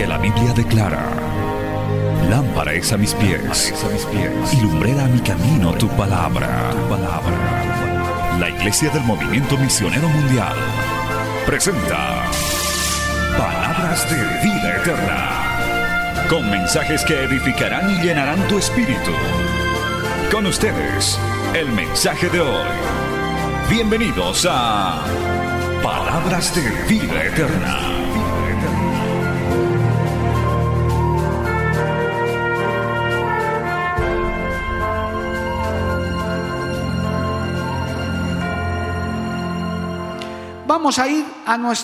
Porque la Biblia declara: lámpara es a mis pies y lumbrera a mi camino tu palabra. La Iglesia del Movimiento Misionero Mundial presenta Palabras de Vida Eterna, con mensajes que edificarán y llenarán tu espíritu. Con ustedes, el mensaje de hoy. Bienvenidos a Palabras de Vida Eterna. Vamos a ir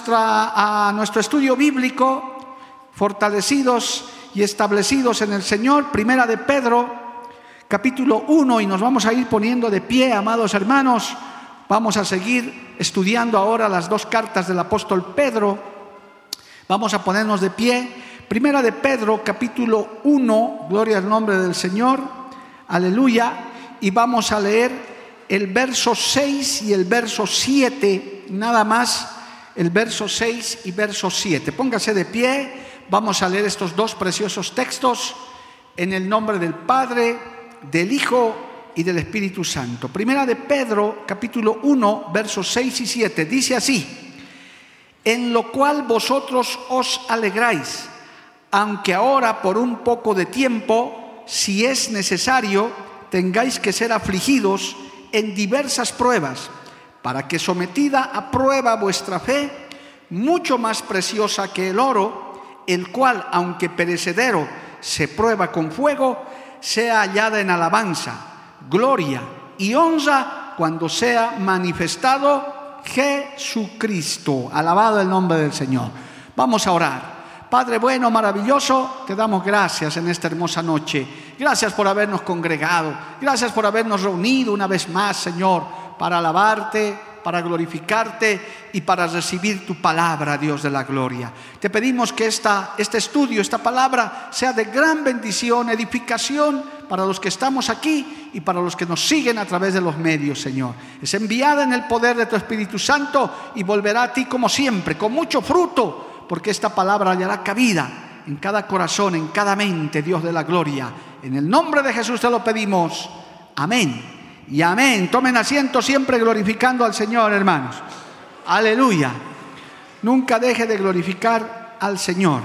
a nuestro estudio bíblico, fortalecidos y establecidos en el Señor. Primera de Pedro, capítulo 1, y nos vamos a ir poniendo de pie, amados hermanos. Vamos a seguir estudiando ahora las dos cartas del apóstol Pedro. Vamos a ponernos de pie. Primera de Pedro, capítulo 1, gloria al nombre del Señor, aleluya. Y vamos a leer el verso 6 y el verso 7, nada más, el verso 6 y verso 7. Póngase de pie, vamos a leer estos dos preciosos textos en el nombre del Padre, del Hijo y del Espíritu Santo. Primera de Pedro, capítulo 1, versos 6 y 7, dice así: en lo cual vosotros os alegráis, aunque ahora por un poco de tiempo, si es necesario, tengáis que ser afligidos en diversas pruebas, para que sometida a prueba vuestra fe, mucho más preciosa que el oro, el cual, aunque perecedero, se prueba con fuego, sea hallada en alabanza, gloria y honra cuando sea manifestado Jesucristo. Alabado el nombre del Señor. Vamos a orar. Padre bueno, maravilloso, te damos gracias en esta hermosa noche. Gracias por habernos congregado. Gracias por habernos reunido una vez más, Señor, para alabarte, para glorificarte y para recibir tu palabra, Dios de la gloria. Te pedimos que este estudio, esta palabra, sea de gran bendición, edificación para los que estamos aquí y para los que nos siguen a través de los medios, Señor. Es enviada en el poder de tu Espíritu Santo y volverá a ti como siempre, con mucho fruto, porque esta palabra hallará cabida en cada corazón, en cada mente, Dios de la gloria. En el nombre de Jesús te lo pedimos. Amén y amén. Tomen asiento, siempre glorificando al Señor, hermanos. Aleluya. Nunca deje de glorificar al Señor.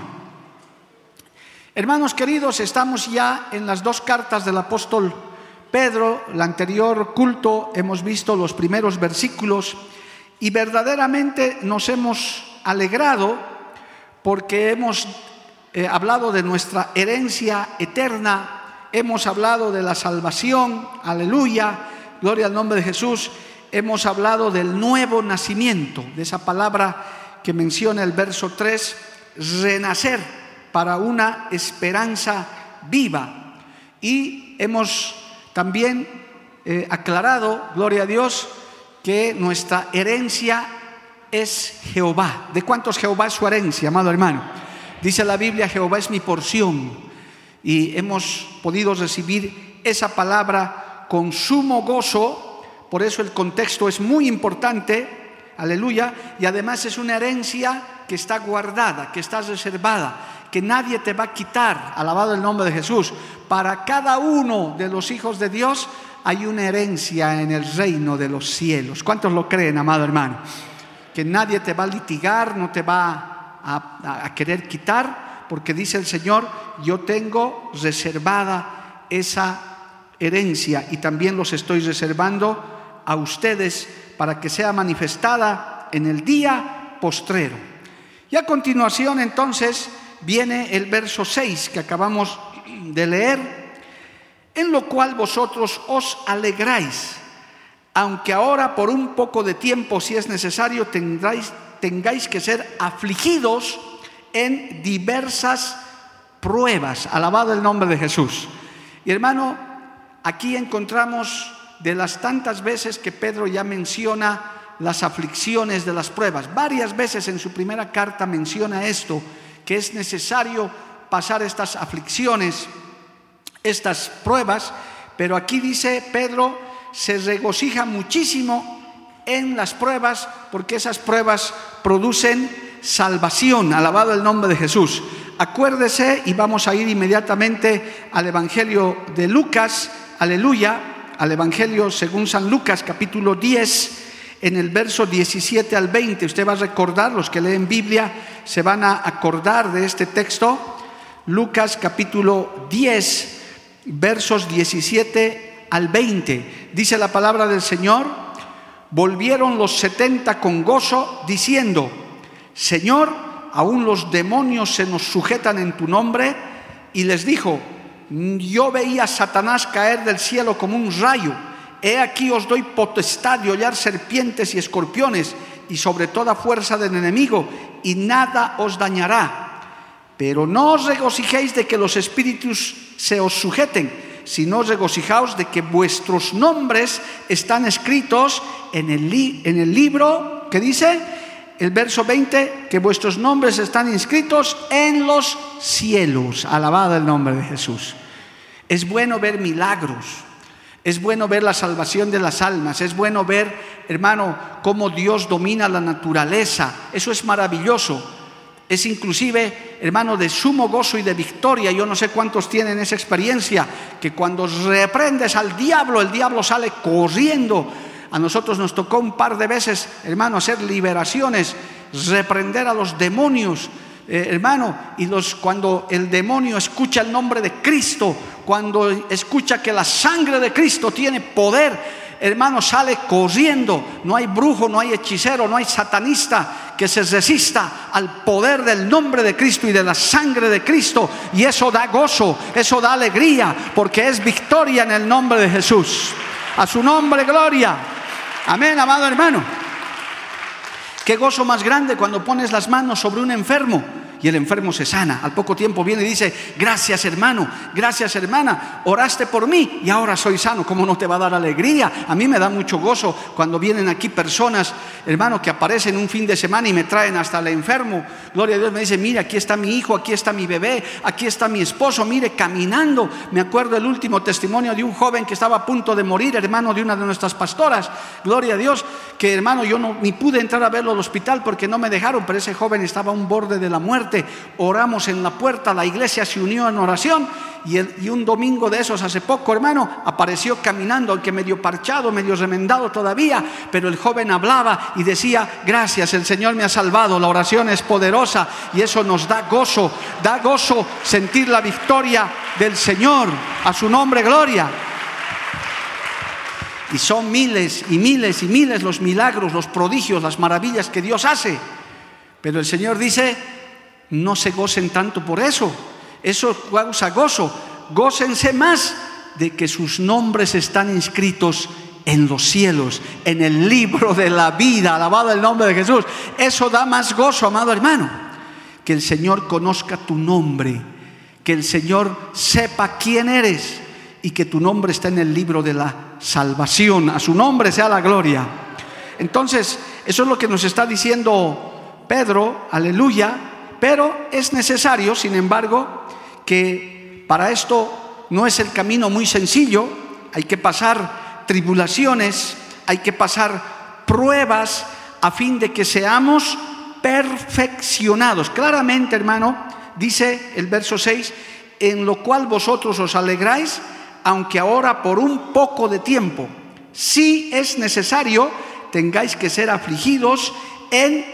Hermanos queridos, estamos ya en las dos cartas del apóstol Pedro. El anterior culto hemos visto los primeros versículos y verdaderamente nos hemos alegrado porque hemos hablado de nuestra herencia eterna, hemos hablado de la salvación, aleluya, gloria al nombre de Jesús. Hemos hablado del nuevo nacimiento, de esa palabra que menciona el verso 3, renacer para una esperanza viva. Y hemos también aclarado, gloria a Dios, que nuestra herencia es Jehová. ¿De cuántos Jehová es su herencia, amado hermano? Dice la Biblia: Jehová es mi porción. Y hemos podido recibir esa palabra con sumo gozo. Por eso el contexto es muy importante, aleluya. Y además es una herencia que está guardada, que está reservada, que nadie te va a quitar. Alabado el nombre de Jesús. Para cada uno de los hijos de Dios hay una herencia en el reino de los cielos. ¿Cuántos lo creen, amado hermano? Que nadie te va a litigar, no te va a querer quitar, porque dice el Señor: yo tengo reservada esa herencia y también los estoy reservando a ustedes para que sea manifestada en el día postrero. Y a continuación entonces viene el verso 6 que acabamos de leer: en lo cual vosotros os alegráis, aunque ahora por un poco de tiempo, si es necesario, tengáis que ser afligidos en diversas pruebas. Alabado el nombre de Jesús. Y hermano, aquí encontramos de las tantas veces que Pedro ya menciona las aflicciones de las pruebas. Varias veces en su primera carta menciona esto, que es necesario pasar estas aflicciones, estas pruebas, pero aquí dice Pedro: se regocija muchísimo en las pruebas, porque esas pruebas producen salvación. Alabado el nombre de Jesús. acuérdese, y vamos a ir inmediatamente al Evangelio de Lucas, aleluya, al Evangelio según San Lucas, capítulo 10, en el verso 17 al 20. Usted va a recordar, los que leen Biblia se van a acordar de este texto. Lucas capítulo 10, versos 17 al 20. Dice la palabra del Señor: volvieron los 70 con gozo, diciendo: Señor, aún los demonios se nos sujetan en tu nombre. Y les dijo: yo veía a Satanás caer del cielo como un rayo. He aquí os doy potestad de hollar serpientes y escorpiones, y sobre toda fuerza del enemigo, y nada os dañará. Pero no os regocijéis de que los espíritus se os sujeten, sino regocijaos de que vuestros nombres están escritos en el libro, ¿qué dice? El verso 20, que vuestros nombres están inscritos en los cielos. Alabado el nombre de Jesús. Es bueno ver milagros. Es bueno ver la salvación de las almas. Es bueno ver, hermano, cómo Dios domina la naturaleza. Eso es maravilloso. Es inclusive, hermano, de sumo gozo y de victoria. Yo no sé cuántos tienen esa experiencia, que cuando reprendes al diablo, el diablo sale corriendo. A nosotros nos tocó un par de veces, hermano, hacer liberaciones, reprender a los demonios. Hermano, y cuando el demonio escucha el nombre de Cristo, cuando escucha que la sangre de Cristo tiene poder, hermano, sale corriendo. No hay brujo, no hay hechicero, no hay satanista que se resista al poder del nombre de Cristo y de la sangre de Cristo. Y eso da gozo, eso da alegría, porque es victoria en el nombre de Jesús. A su nombre, gloria. Amén, amado hermano. Qué gozo más grande cuando pones las manos sobre un enfermo y el enfermo se sana. Al poco tiempo viene y dice: gracias hermano, gracias hermana, oraste por mí y ahora soy sano. ¿Cómo no te va a dar alegría? A mí me da mucho gozo cuando vienen aquí personas, hermano, que aparecen un fin de semana y me traen hasta el enfermo. Gloria a Dios, me dice: mire, aquí está mi hijo, aquí está mi bebé, aquí está mi esposo, mire, caminando. Me acuerdo el último testimonio de un joven que estaba a punto de morir, hermano, de una de nuestras pastoras. Gloria a Dios, que hermano, yo ni pude entrar a verlo al hospital porque no me dejaron, pero ese joven estaba a un borde de la muerte. Oramos en la puerta, la iglesia se unió en oración y un domingo de esos hace poco, hermano, apareció caminando, aunque medio parchado, medio remendado todavía, pero el joven hablaba y decía: gracias, el Señor me ha salvado. La oración es poderosa y eso nos da gozo sentir la victoria del Señor. A su nombre, gloria. Y son miles y miles y miles los milagros, los prodigios, las maravillas que Dios hace. Pero el Señor dice: no se gocen tanto por eso. Eso causa gozo. Gócense más de que sus nombres están inscritos en los cielos, en el libro de la vida. Alabado el nombre de Jesús. Eso da más gozo, amado hermano. Que el Señor conozca tu nombre, que el Señor sepa quién eres y que tu nombre está en el libro de la salvación. A su nombre sea la gloria. Entonces, eso es lo que nos está diciendo Pedro, aleluya. Pero es necesario, sin embargo, que para esto no es el camino muy sencillo. Hay que pasar tribulaciones, hay que pasar pruebas a fin de que seamos perfeccionados. Claramente, hermano, dice el verso 6: en lo cual vosotros os alegráis, aunque ahora por un poco de tiempo, si es necesario, tengáis que ser afligidos en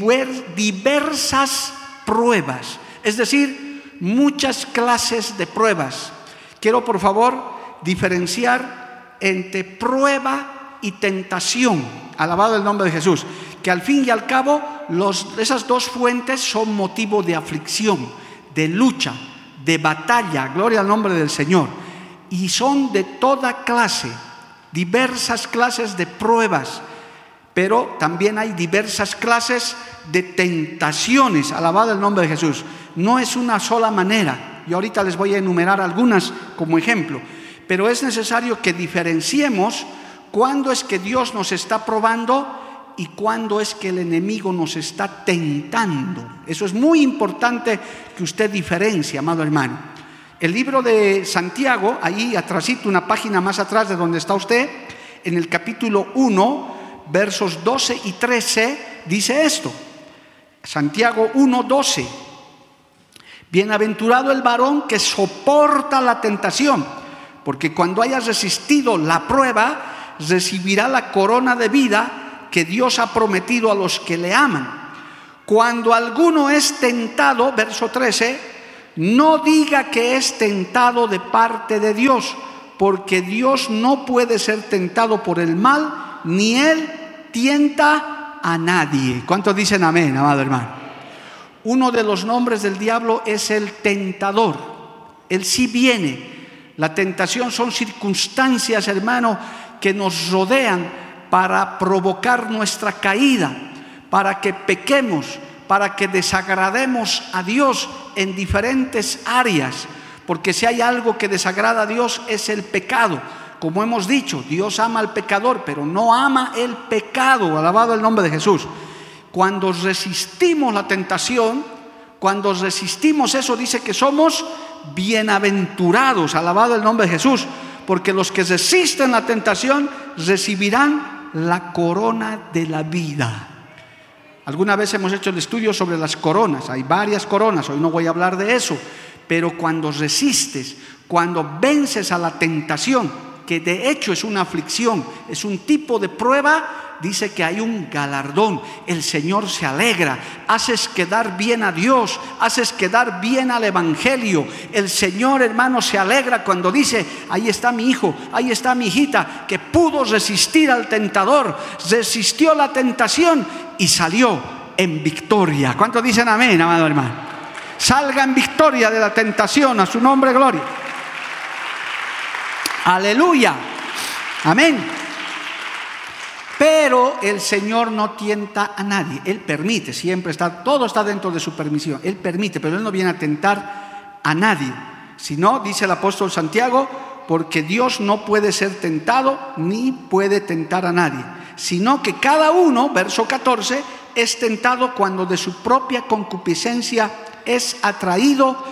diversas pruebas, es decir, muchas clases de pruebas. Quiero, por favor, diferenciar entre prueba y tentación. Alabado el nombre de Jesús. Que al fin y al cabo, esas dos fuentes son motivo de aflicción, de lucha, de batalla. Gloria al nombre del Señor. Y son de toda clase, diversas clases de pruebas. Pero también hay diversas clases de tentaciones. Alabado el nombre de Jesús. No es una sola manera. Y ahorita les voy a enumerar algunas como ejemplo. Pero es necesario que diferenciemos cuándo es que Dios nos está probando y cuándo es que el enemigo nos está tentando. Eso es muy importante que usted diferencie, amado hermano. El libro de Santiago, ahí atrásito, una página más atrás de donde está usted, en el capítulo 1, versos 12 y 13, dice esto. Santiago 1:12. Bienaventurado el varón que soporta la tentación, porque cuando haya resistido la prueba, recibirá la corona de vida que Dios ha prometido a los que le aman. Cuando alguno es tentado, verso 13, no diga que es tentado de parte de Dios, porque Dios no puede ser tentado por el mal, ni Él tienta a nadie. ¿Cuántos dicen amén, amado hermano? Uno de los nombres del diablo es el tentador. Él sí viene. La tentación son circunstancias, hermano, que nos rodean para provocar nuestra caída, para que pequemos, para que desagrademos a Dios en diferentes áreas. Porque si hay algo que desagrada a Dios es el pecado. Como hemos dicho, Dios ama al pecador, pero no ama el pecado. Alabado el nombre de Jesús. Cuando resistimos la tentación, cuando resistimos eso, dice que somos bienaventurados. Alabado el nombre de Jesús. Porque los que resisten la tentación recibirán la corona de la vida. Alguna vez hemos hecho el estudio sobre las coronas. Hay varias coronas, hoy no voy a hablar de eso. Pero cuando resistes, cuando vences a la tentación, que de hecho es una aflicción, es un tipo de prueba, dice que hay un galardón. El Señor se alegra. Haces quedar bien a Dios, haces quedar bien al Evangelio. El Señor, hermano, se alegra cuando dice: ahí está mi hijo, ahí está mi hijita, que pudo resistir al tentador, resistió la tentación y salió en victoria. ¿Cuántos dicen amén, amado hermano? Salga en victoria de la tentación, a su nombre gloria. Aleluya, amén. Pero el Señor no tienta a nadie. Él permite, siempre está, todo está dentro de su permisión. Él permite, pero Él no viene a tentar a nadie. Sino, dice el apóstol Santiago, porque Dios no puede ser tentado ni puede tentar a nadie, sino que cada uno, verso 14, es tentado cuando de su propia concupiscencia es atraído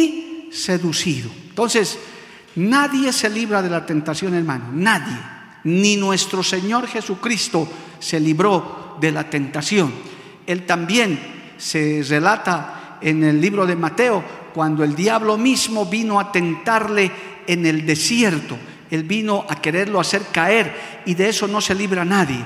y seducido. Entonces, nadie se libra de la tentación, hermano, nadie. Ni nuestro Señor Jesucristo se libró de la tentación. Él también se relata en el libro de Mateo, cuando el diablo mismo vino a tentarle en el desierto. Él vino a quererlo hacer caer, y de eso no se libra nadie.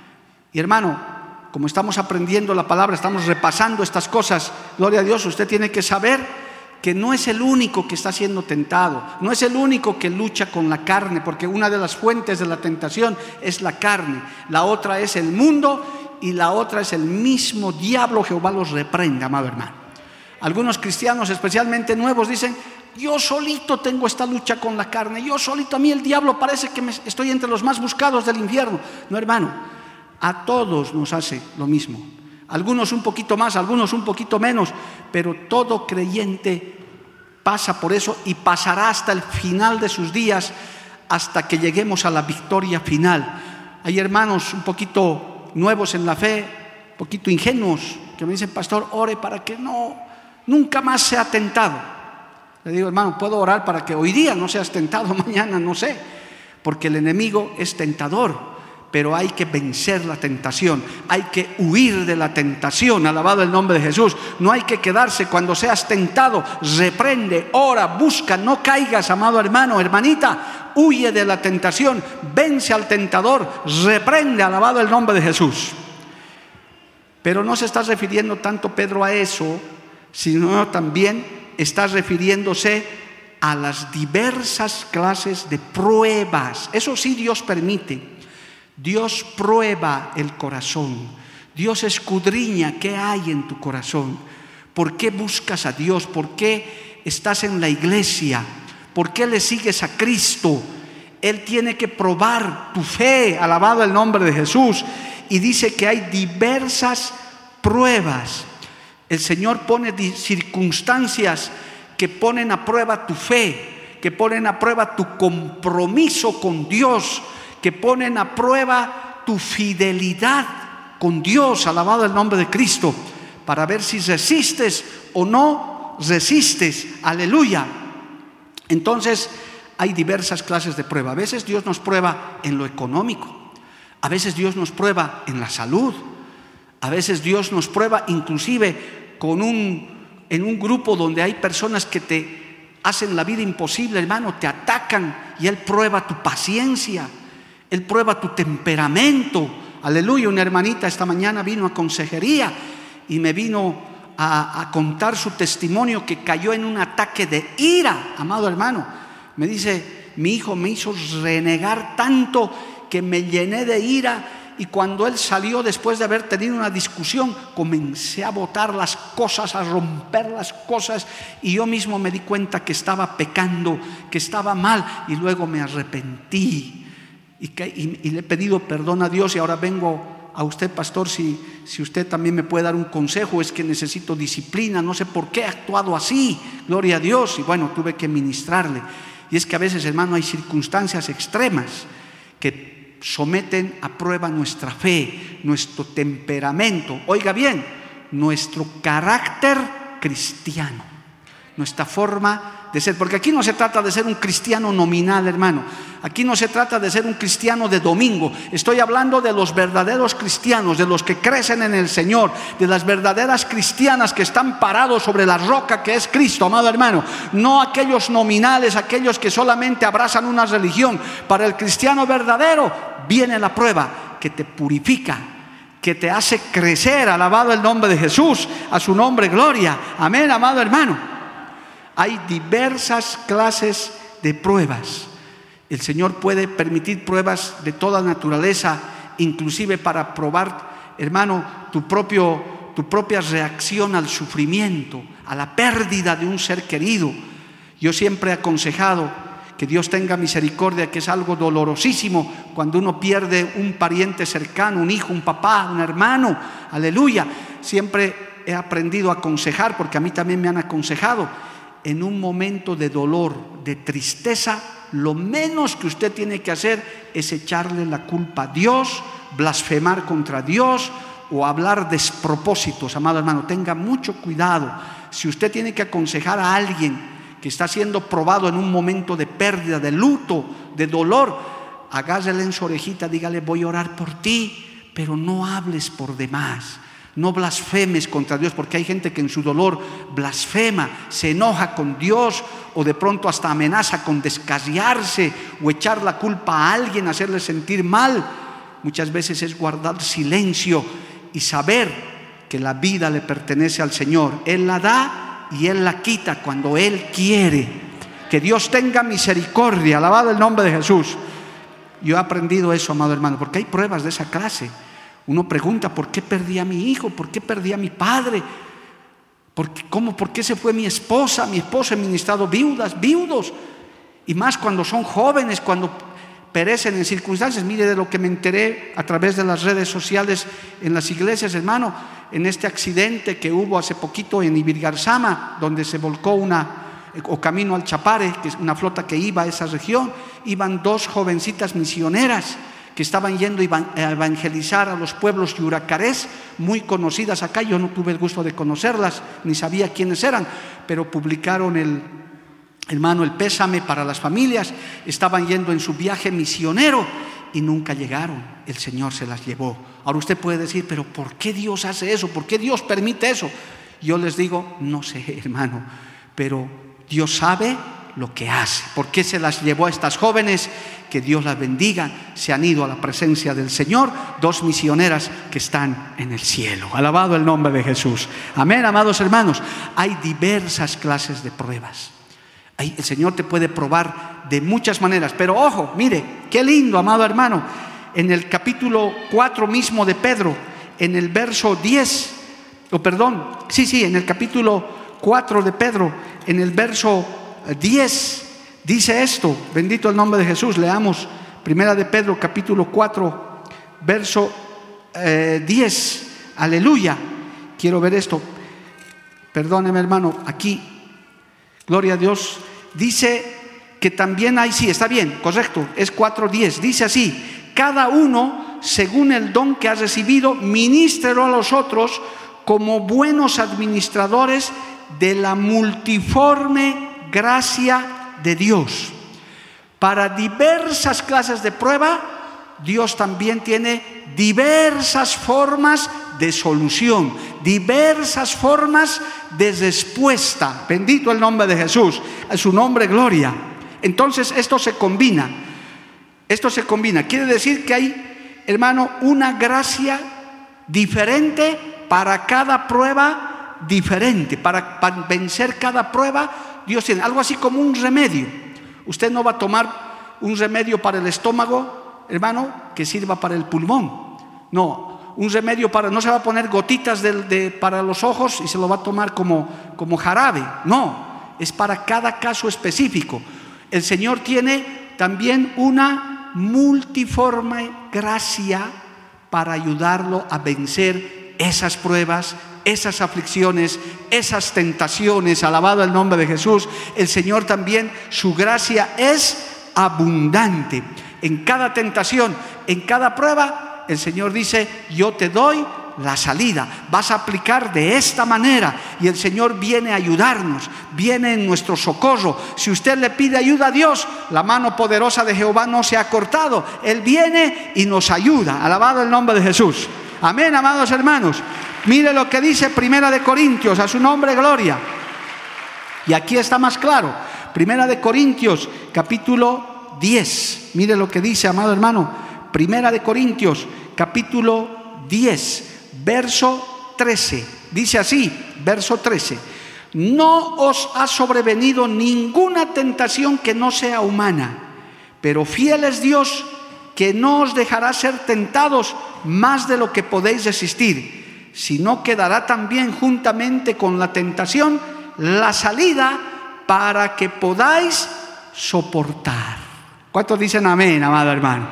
Y hermano, como estamos aprendiendo la palabra, estamos repasando estas cosas, gloria a Dios, usted tiene que saber que no es el único que está siendo tentado, no es el único que lucha con la carne, porque una de las fuentes de la tentación es la carne, la otra es el mundo y la otra es el mismo diablo. Jehová los reprenda, amado hermano. Algunos cristianos, especialmente nuevos, dicen: yo solito tengo esta lucha con la carne, yo solito, a mí el diablo parece que estoy entre los más buscados del infierno. No, hermano. A todos nos hace lo mismo, algunos un poquito más, algunos un poquito menos, pero todo creyente pasa por eso y pasará hasta el final de sus días, hasta que lleguemos a la victoria final. Hay hermanos un poquito nuevos en la fe, un poquito ingenuos, que me dicen: pastor, ore para que nunca más sea tentado. Le digo: hermano, puedo orar para que hoy día no seas tentado, mañana no sé, porque el enemigo es tentador. Pero hay que vencer la tentación, hay que huir de la tentación. Alabado el nombre de Jesús. No hay que quedarse. Cuando seas tentado, reprende, ora, busca, no caigas, amado hermano, hermanita. Huye de la tentación, vence al tentador, reprende, alabado el nombre de Jesús. Pero no se está refiriendo tanto Pedro a eso, sino también está refiriéndose a las diversas clases de pruebas. Eso sí, Dios permite. Dios prueba el corazón. Dios escudriña qué hay en tu corazón. ¿Por qué buscas a Dios? ¿Por qué estás en la iglesia? ¿Por qué le sigues a Cristo? Él tiene que probar tu fe. Alabado el nombre de Jesús. Y dice que hay diversas pruebas. El Señor pone circunstancias que ponen a prueba tu fe, que ponen a prueba tu compromiso con Dios, que ponen a prueba tu fidelidad con Dios. Alabado el nombre de Cristo, para ver si resistes o no resistes. Aleluya. Entonces hay diversas clases de prueba. A veces Dios nos prueba en lo económico, a veces Dios nos prueba en la salud, a veces Dios nos prueba inclusive con un grupo donde hay personas que te hacen la vida imposible, hermano, te atacan, y Él prueba tu paciencia, Él prueba tu temperamento. Aleluya. Una hermanita esta mañana vino a consejería y me vino a contar su testimonio, que cayó en un ataque de ira, amado hermano. Me dice: mi hijo me hizo renegar tanto que me llené de ira, y cuando él salió después de haber tenido una discusión, comencé a botar las cosas, a romper las cosas, y yo mismo me di cuenta que estaba pecando, que estaba mal, y luego me arrepentí y le he pedido perdón a Dios. Y ahora vengo a usted, pastor, si usted también me puede dar un consejo. Es que necesito disciplina, no sé por qué he actuado así, gloria a Dios. Y bueno, tuve que ministrarle. Y es que a veces, hermano, hay circunstancias extremas que someten a prueba nuestra fe, nuestro temperamento, oiga bien, nuestro carácter cristiano, nuestra forma de ser. Porque aquí no se trata de ser un cristiano nominal, hermano. Aquí no se trata de ser un cristiano de domingo. Estoy hablando de los verdaderos cristianos, de los que crecen en el Señor, de las verdaderas cristianas que están parados sobre la roca que es Cristo, amado hermano. No aquellos nominales, aquellos que solamente abrazan una religión. Para el cristiano verdadero viene la prueba que te purifica, que te hace crecer. Alabado el nombre de Jesús, a su nombre gloria. Amén, amado hermano. Hay diversas clases de pruebas. El Señor puede permitir pruebas de toda naturaleza, inclusive para probar, hermano, tu propia reacción al sufrimiento, a la pérdida de un ser querido. Yo siempre he aconsejado que Dios tenga misericordia, que es algo dolorosísimo cuando uno pierde un pariente cercano, un hijo, un papá, un hermano. Aleluya. Siempre he aprendido a aconsejar, porque a mí también me han aconsejado. En un momento de dolor, de tristeza, lo menos que usted tiene que hacer es echarle la culpa a Dios, blasfemar contra Dios o hablar despropósitos. Amado hermano, tenga mucho cuidado. Si usted tiene que aconsejar a alguien que está siendo probado en un momento de pérdida, de luto, de dolor, agárrele en su orejita, dígale: voy a orar por ti, pero no hables por demás. No blasfemes contra Dios, porque hay gente que en su dolor blasfema, se enoja con Dios, o de pronto hasta amenaza con descarriarse o echar la culpa a alguien, hacerle sentir mal. Muchas veces es guardar silencio y saber que la vida le pertenece al Señor. Él la da y Él la quita cuando Él quiere. Que Dios tenga misericordia, alabado el nombre de Jesús. Yo he aprendido eso, amado hermano, porque hay pruebas de esa clase. Uno pregunta: ¿por qué perdí a mi hijo? ¿Por qué perdí a mi padre? ¿Por qué se fue mi esposa? Mi esposo, he ministrado viudos. Y más cuando son jóvenes, cuando perecen en circunstancias. Mire de lo que me enteré a través de las redes sociales en las iglesias, hermano. En este accidente que hubo hace poquito en Ibirgarzama, donde se volcó o camino al Chapare, que es una flota que iba a esa región. Iban 2 jovencitas misioneras que estaban yendo a evangelizar a los pueblos yuracarés, muy conocidas acá. Yo no tuve el gusto de conocerlas, ni sabía quiénes eran, pero publicaron el pésame para las familias. Estaban yendo en su viaje misionero y nunca llegaron. El Señor se las llevó. Ahora usted puede decir: pero ¿por qué Dios hace eso? ¿Por qué Dios permite eso? Yo les digo: no sé, hermano, pero Dios sabe lo que hace. ¿Por qué se las llevó a estas jóvenes? Que Dios las bendiga. Se han ido a la presencia del Señor, 2 misioneras que están en el cielo. Alabado el nombre de Jesús. Amén, amados hermanos. Hay diversas clases de pruebas. El Señor te puede probar de muchas maneras. Pero ojo, mire, qué lindo, amado hermano. En el capítulo 4 mismo de Pedro, en el verso 10, en el capítulo 4 de Pedro, en el verso 10, dice esto. Bendito el nombre de Jesús. Leamos Primera de Pedro capítulo 4 verso 10. Aleluya. Quiero ver esto. Perdóneme, hermano, aquí, gloria a Dios. Dice que también hay, sí, está bien, correcto, es 4:10. Dice así: cada uno según el don que ha recibido, ministrelo a los otros como buenos administradores de la multiforme gracia de Dios. Para diversas clases de prueba, Dios también tiene diversas formas de solución, diversas formas de respuesta. Bendito el nombre de Jesús, a su nombre gloria. Entonces esto se combina. Quiere decir que hay, hermano, una gracia diferente para cada prueba diferente. Para vencer cada prueba, Dios tiene algo así como un remedio. Usted no va a tomar un remedio para el estómago, hermano, que sirva para el pulmón. No, un remedio no se va a poner gotitas para los ojos y se lo va a tomar como jarabe. No, es para cada caso específico. El Señor tiene también una multiforme gracia para ayudarlo a vencer esas pruebas, esas aflicciones, esas tentaciones. Alabado el nombre de Jesús. El Señor también, su gracia es abundante. En cada tentación, en cada prueba, el Señor dice: yo te doy la salida, vas a aplicar de esta manera, y el Señor viene a ayudarnos, viene en nuestro socorro. Si usted le pide ayuda a Dios, la mano poderosa de Jehová no se ha cortado. Él viene y nos ayuda. Alabado el nombre de Jesús. Amén, amados hermanos. Mire lo que dice Primera de Corintios, a su nombre gloria. Y aquí está más claro. Primera de Corintios, capítulo 10. Mire lo que dice, amado hermano. Primera de Corintios, capítulo 10. Verso 13, dice así, verso 13: no os ha sobrevenido ninguna tentación que no sea humana, pero fiel es Dios, que no os dejará ser tentados más de lo que podéis resistir, sino que dará también juntamente con la tentación la salida para que podáis soportar. ¿Cuántos dicen amén, amado hermano?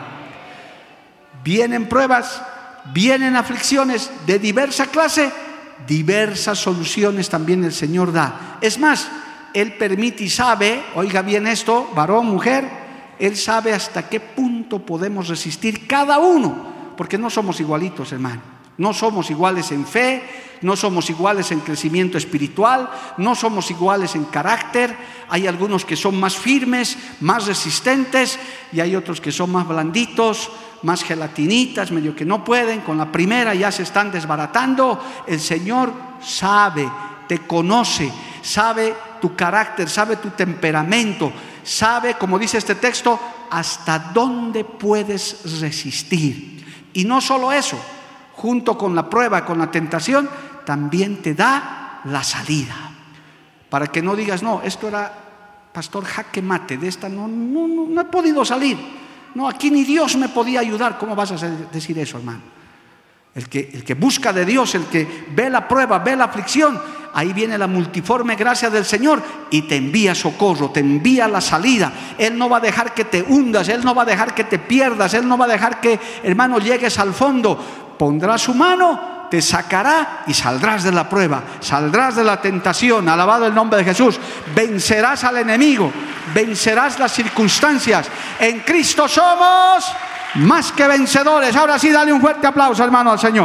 Vienen pruebas, vienen aflicciones de diversa clase, diversas soluciones también el Señor da. Es más, Él permite y sabe, oiga bien esto, varón, mujer, Él sabe hasta qué punto podemos resistir cada uno, porque no somos igualitos, hermano. No somos iguales en fe, no somos iguales en crecimiento espiritual, no somos iguales en carácter. Hay algunos que son más firmes, más resistentes, y hay otros que son más blanditos, más gelatinitas, medio que no pueden, con la primera ya se están desbaratando. El Señor sabe, te conoce, sabe tu carácter, sabe tu temperamento, sabe, como dice este texto, hasta dónde puedes resistir. Y no solo eso, junto con la prueba, con la tentación, también te da la salida. Para que no digas: no, esto era, pastor, jaque mate, de esta no he podido salir. No, aquí ni Dios me podía ayudar. ¿Cómo vas a decir eso, hermano? El que busca de Dios, el que ve la prueba, ve la aflicción, ahí viene la multiforme gracia del Señor y te envía socorro, te envía la salida. Él no va a dejar que te hundas, Él no va a dejar que te pierdas, Él no va a dejar que, hermano, llegues al fondo. Pondrá su mano, te sacará y saldrás de la prueba, saldrás de la tentación. Alabado el nombre de Jesús. Vencerás al enemigo, vencerás las circunstancias. En Cristo somos más que vencedores. Ahora sí, dale un fuerte aplauso, hermano, al Señor.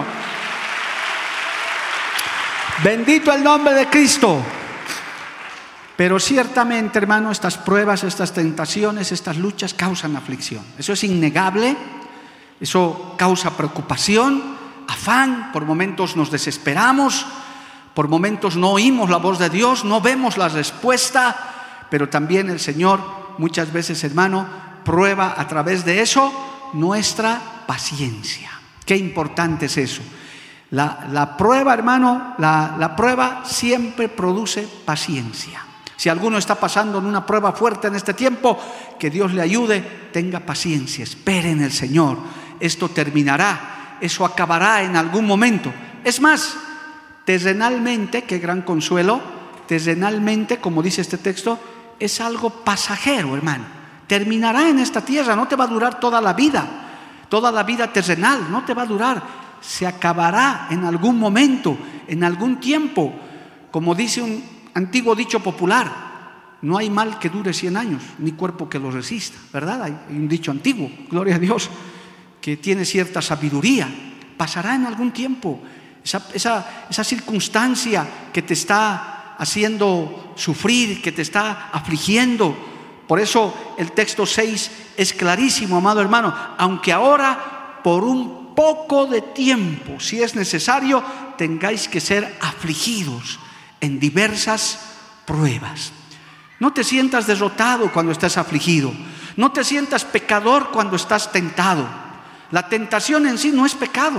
Bendito el nombre de Cristo. Pero ciertamente, hermano, estas pruebas, estas tentaciones, estas luchas causan aflicción. Eso es innegable. Eso causa preocupación, afán. Por momentos nos desesperamos, por momentos no oímos la voz de Dios, no vemos la respuesta. Pero también el Señor muchas veces, hermano, prueba a través de eso nuestra paciencia. Qué importante es eso. La prueba, hermano, la prueba siempre produce paciencia. Si alguno está pasando en una prueba fuerte en este tiempo, que Dios le ayude, tenga paciencia, espere en el Señor. Esto terminará, eso acabará en algún momento. Es más, terrenalmente, qué gran consuelo, terrenalmente, como dice este texto, es algo pasajero, hermano. Terminará en esta tierra, no te va a durar toda la vida terrenal, no te va a durar. Se acabará en algún momento, en algún tiempo. Como dice un antiguo dicho popular: no hay mal que dure 100 años, ni cuerpo que lo resista, ¿verdad? Hay un dicho antiguo, gloria a Dios, que tiene cierta sabiduría. Pasará en algún tiempo esa circunstancia que te está haciendo sufrir, que te está afligiendo. Por eso el texto 6 es clarísimo, amado hermano. Aunque ahora por un poco de tiempo, si es necesario, tengáis que ser afligidos en diversas pruebas. No te sientas derrotado cuando estás afligido. No te sientas pecador cuando estás tentado. La tentación en sí no es pecado.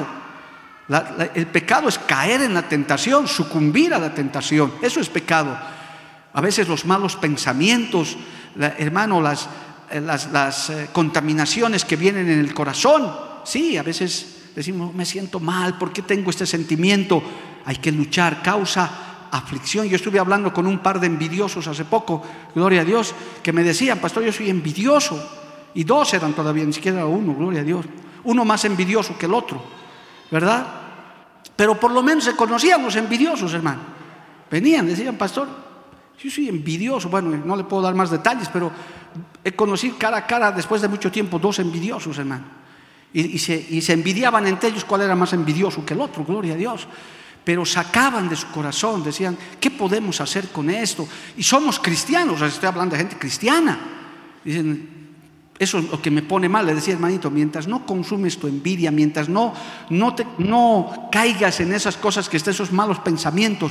El pecado es caer en la tentación, sucumbir a la tentación. Eso es pecado. A veces los malos pensamientos, hermano, las contaminaciones que vienen en el corazón. Sí, a veces decimos, me siento mal, ¿por qué tengo este sentimiento? Hay que luchar, causa aflicción. Yo estuve hablando con un par de envidiosos hace poco, gloria a Dios, que me decían, pastor, yo soy envidioso. Y dos eran todavía, ni siquiera uno, gloria a Dios. Uno más envidioso que el otro, ¿verdad? Pero por lo menos se conocían los envidiosos, hermano. Venían, decían, pastor, yo soy envidioso. Bueno, no le puedo dar más detalles, pero he conocido cara a cara después de mucho tiempo dos envidiosos, hermano. Y se envidiaban entre ellos cuál era más envidioso que el otro, gloria a Dios. Pero sacaban de su corazón, decían, ¿qué podemos hacer con esto? Y somos cristianos, estoy hablando de gente cristiana. Dicen, eso es lo que me pone mal. Le decía, hermanito, mientras no consumes tu envidia, mientras no caigas en esas cosas, que estén esos malos pensamientos,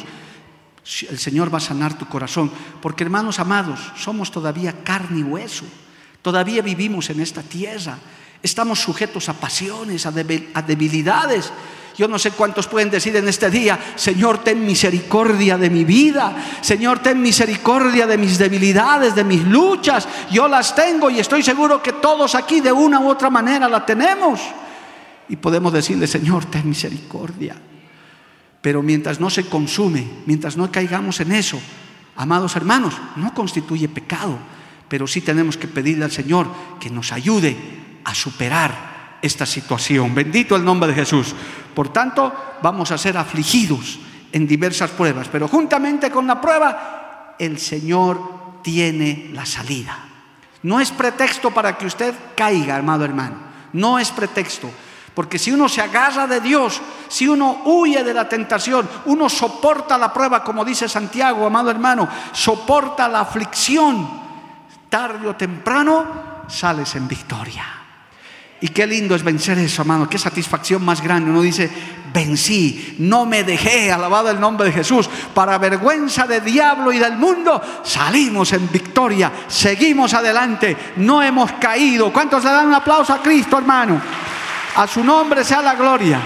el Señor va a sanar tu corazón. Porque, hermanos amados, somos todavía carne y hueso. Todavía vivimos en esta tierra. Estamos sujetos a pasiones, a debilidades. Yo no sé cuántos pueden decir en este día, Señor, ten misericordia de mi vida. Señor, ten misericordia de mis debilidades, de mis luchas. Yo las tengo y estoy seguro que todos aquí de una u otra manera la tenemos. Y podemos decirle, Señor, ten misericordia. Pero mientras no se consume, mientras no caigamos en eso, amados hermanos, no constituye pecado. Pero sí tenemos que pedirle al Señor que nos ayude a superar esta situación. Bendito el nombre de Jesús. Por tanto, vamos a ser afligidos en diversas pruebas, pero juntamente con la prueba, el Señor tiene la salida. No es pretexto para que usted caiga, amado hermano. No es pretexto. Porque si uno se agarra de Dios, si uno huye de la tentación, uno soporta la prueba, como dice Santiago, amado hermano, soporta la aflicción, tarde o temprano sales en victoria. Y qué lindo es vencer eso, hermano. Qué satisfacción más grande. Uno dice, vencí, no me dejé, alabado el nombre de Jesús. Para vergüenza del diablo y del mundo, salimos en victoria, seguimos adelante, no hemos caído. ¿Cuántos le dan un aplauso a Cristo, hermano? A su nombre sea la gloria.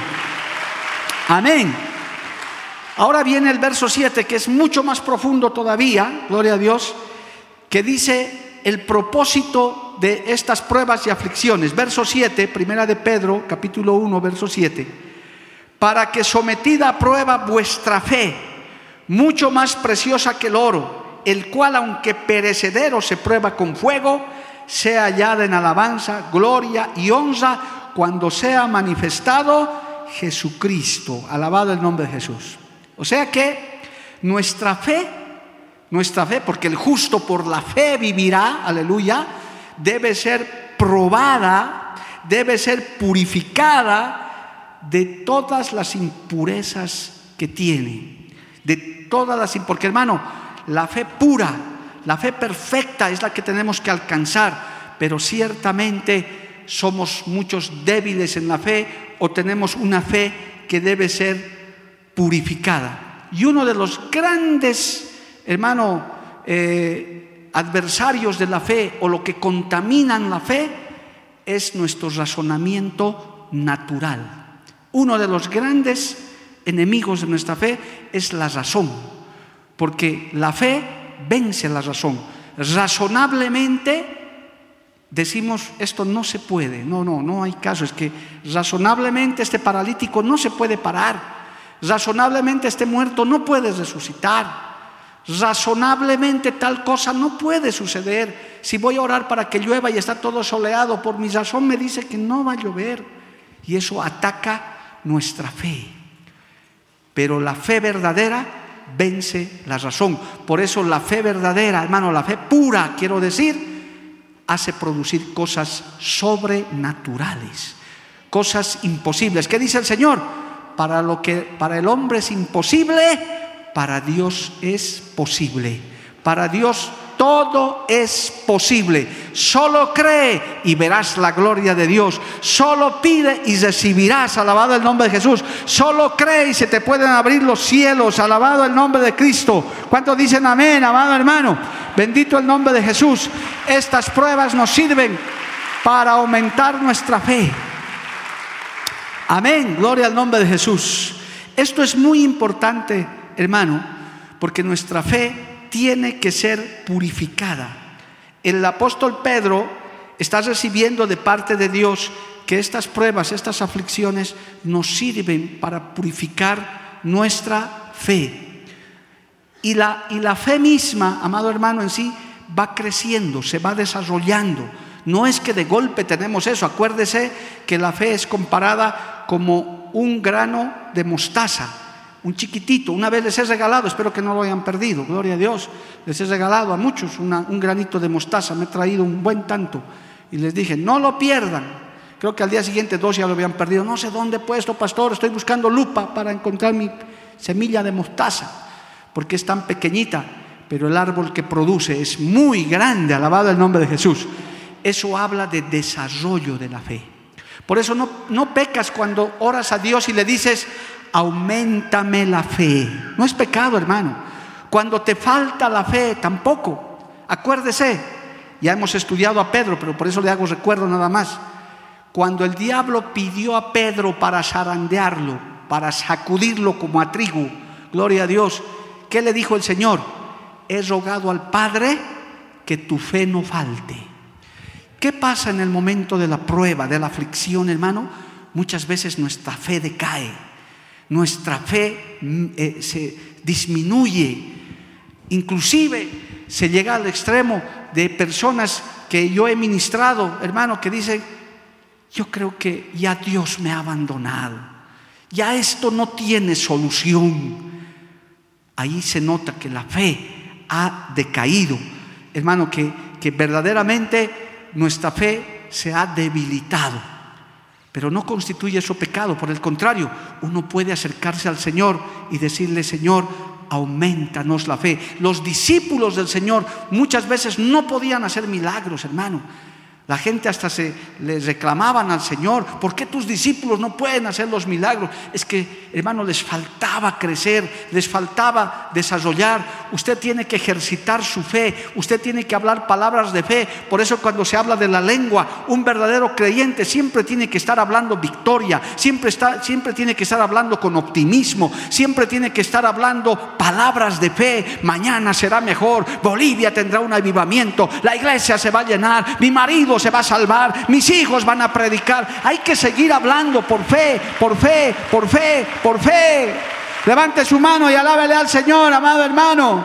Amén. Ahora viene el verso 7, que es mucho más profundo todavía, gloria a Dios, que dice el propósito de estas pruebas y aflicciones. Verso 7, primera de Pedro, capítulo 1, verso 7. Para que sometida a prueba vuestra fe, mucho más preciosa que el oro, el cual aunque perecedero se prueba con fuego, sea hallada en alabanza, gloria y honra cuando sea manifestado Jesucristo. Alabado el nombre de Jesús. O sea que nuestra fe, porque el justo por la fe vivirá, aleluya, debe ser probada, debe ser purificada de todas las impurezas que tiene, porque hermano, la fe pura, la fe perfecta es la que tenemos que alcanzar, pero ciertamente somos muchos débiles en la fe, o tenemos una fe que debe ser purificada. Y uno de los grandes, hermano, adversarios de la fe, o lo que contaminan la fe, es nuestro razonamiento natural. Uno de los grandes enemigos de nuestra fe es la razón, porque la fe vence la razón. Razonablemente decimos, esto no se puede, no hay caso, es que razonablemente este paralítico no se puede parar, razonablemente este muerto no puede resucitar, razonablemente tal cosa no puede suceder. Si voy a orar para que llueva y está todo soleado, por mi razón me dice que no va a llover, y eso ataca nuestra fe. Pero la fe verdadera vence la razón. Por eso la fe verdadera, hermano, la fe pura, quiero decir, hace producir cosas sobrenaturales, cosas imposibles. ¿Qué dice el Señor? Para lo que para el hombre es imposible, para Dios es posible. Para Dios todo es posible. Solo cree y verás la gloria de Dios. Solo pide y recibirás. Alabado el nombre de Jesús. Solo cree y se te pueden abrir los cielos. Alabado el nombre de Cristo. ¿Cuántos dicen amén, amado hermano? Bendito el nombre de Jesús. Estas pruebas nos sirven para aumentar nuestra fe. Amén, gloria al nombre de Jesús. Esto es muy importante, hermano, porque nuestra fe tiene que ser purificada. El apóstol Pedro está recibiendo de parte de Dios que estas pruebas, estas aflicciones nos sirven para purificar nuestra fe. Y la fe misma, amado hermano, en sí va creciendo, se va desarrollando. No es que de golpe tenemos eso. Acuérdese que la fe es comparada como un grano de mostaza, un chiquitito. Una vez les he regalado, espero que no lo hayan perdido, gloria a Dios, les he regalado a muchos un granito de mostaza. Me he traído un buen tanto y les dije, no lo pierdan. Creo que al día siguiente 2 ya lo habían perdido. No sé dónde he puesto, pastor, estoy buscando lupa para encontrar mi semilla de mostaza, porque es tan pequeñita, pero el árbol que produce es muy grande. Alabado el nombre de Jesús. Eso habla de desarrollo de la fe. Por eso no pecas cuando oras a Dios y le dices, auméntame la fe. No es pecado, hermano. Cuando te falta la fe, tampoco. Acuérdese, ya hemos estudiado a Pedro, pero por eso le hago recuerdo nada más. Cuando el diablo pidió a Pedro para zarandearlo, para sacudirlo como a trigo, gloria a Dios, ¿qué le dijo el Señor? He rogado al Padre que tu fe no falte. ¿Qué pasa en el momento de la prueba, de la aflicción, hermano? Muchas veces nuestra fe decae, nuestra fe se disminuye. Inclusive se llega al extremo de personas que yo he ministrado, hermano, que dicen, yo creo que ya Dios me ha abandonado, ya esto no tiene solución. Ahí se nota que la fe ha decaído, hermano, que verdaderamente nuestra fe se ha debilitado. Pero no constituye eso pecado. Por el contrario, uno puede acercarse al Señor y decirle, Señor, aumentanos la fe. Los discípulos del Señor muchas veces no podían hacer milagros, hermano. La gente hasta les reclamaban al Señor, ¿por qué tus discípulos no pueden hacer los milagros? Es que, hermano, les faltaba crecer, les faltaba desarrollar. Usted tiene que ejercitar su fe, usted tiene que hablar palabras de fe. Por eso cuando se habla de la lengua, un verdadero creyente siempre tiene que estar hablando victoria, siempre tiene que estar hablando con optimismo, siempre tiene que estar hablando palabras de fe. Mañana será mejor, Bolivia tendrá un avivamiento, la iglesia se va a llenar, mi marido se va a salvar, mis hijos van a predicar. Hay que seguir hablando por fe, por fe, por fe, por fe. Levante su mano y alábele al Señor, amado hermano.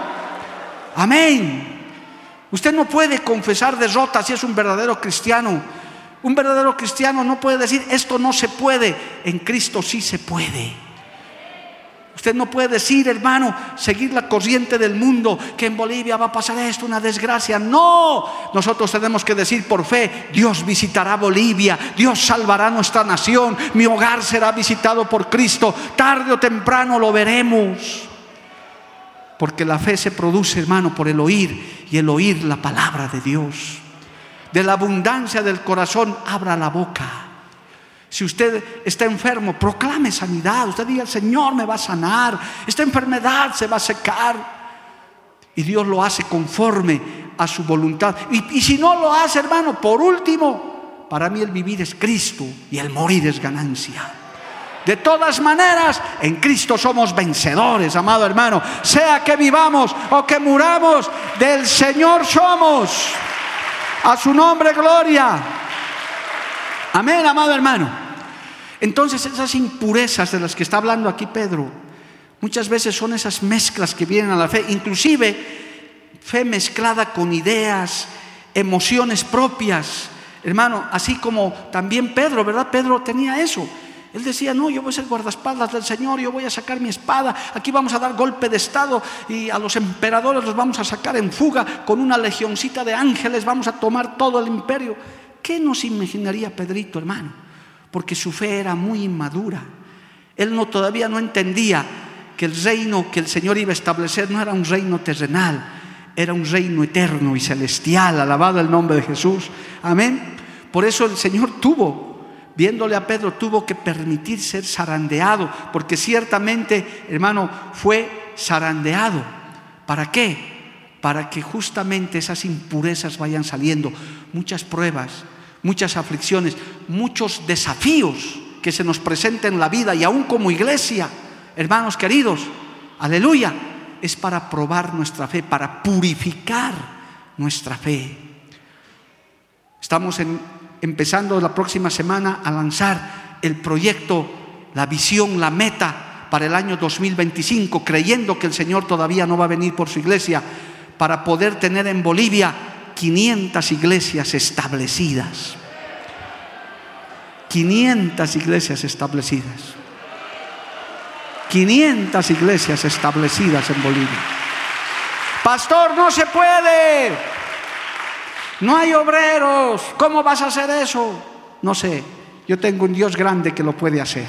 Amén. Usted no puede confesar derrota si es un verdadero cristiano. Un verdadero cristiano no puede decir esto no se puede. En Cristo sí se puede. Usted no puede decir, hermano, seguir la corriente del mundo, que en Bolivia va a pasar esto, una desgracia. No, nosotros tenemos que decir por fe, Dios visitará Bolivia, Dios salvará nuestra nación, mi hogar será visitado por Cristo, tarde o temprano lo veremos. Porque la fe se produce, hermano, por el oír, y el oír la palabra de Dios. De la abundancia del corazón abra la boca. Si usted está enfermo, proclame sanidad. Usted diga, el Señor me va a sanar, esta enfermedad se va a secar. Y Dios lo hace conforme a su voluntad. Y si no lo hace, hermano, por último, para mí el vivir es Cristo y el morir es ganancia. De todas maneras, en Cristo somos vencedores, amado hermano. Sea que vivamos o que muramos, del Señor somos. A su nombre gloria. Amén, amado hermano. Entonces esas impurezas de las que está hablando aquí Pedro, muchas veces son esas mezclas que vienen a la fe. Inclusive fe mezclada con ideas, emociones propias. Hermano, así como también Pedro, ¿verdad? Pedro tenía eso. Él decía, no, yo voy a ser guardaespaldas del Señor, yo voy a sacar mi espada, aquí vamos a dar golpe de estado y a los emperadores los vamos a sacar en fuga, con una legioncita de ángeles vamos a tomar todo el imperio. ¿Qué nos imaginaría Pedrito, hermano? Porque su fe era muy inmadura. Él todavía no entendía que el reino que el Señor iba a establecer no era un reino terrenal, era un reino eterno y celestial. Alabado el nombre de Jesús. Amén. Por eso el Señor viéndole a Pedro, tuvo que permitir ser zarandeado, porque ciertamente, hermano, fue zarandeado. ¿Para qué? Para que justamente esas impurezas vayan saliendo. Muchas pruebas, muchas aflicciones, muchos desafíos que se nos presenten en la vida, y aún como iglesia, hermanos queridos, aleluya, es para probar nuestra fe, para purificar nuestra fe. Estamos empezando la próxima semana a lanzar el proyecto, la visión, la meta para el año 2025, creyendo que el Señor todavía no va a venir por su iglesia, para poder tener en Bolivia 500 iglesias establecidas. 500 iglesias establecidas. 500 iglesias establecidas en Bolivia. Pastor, no se puede. No hay obreros. ¿Cómo vas a hacer eso? No sé. Yo tengo un Dios grande que lo puede hacer.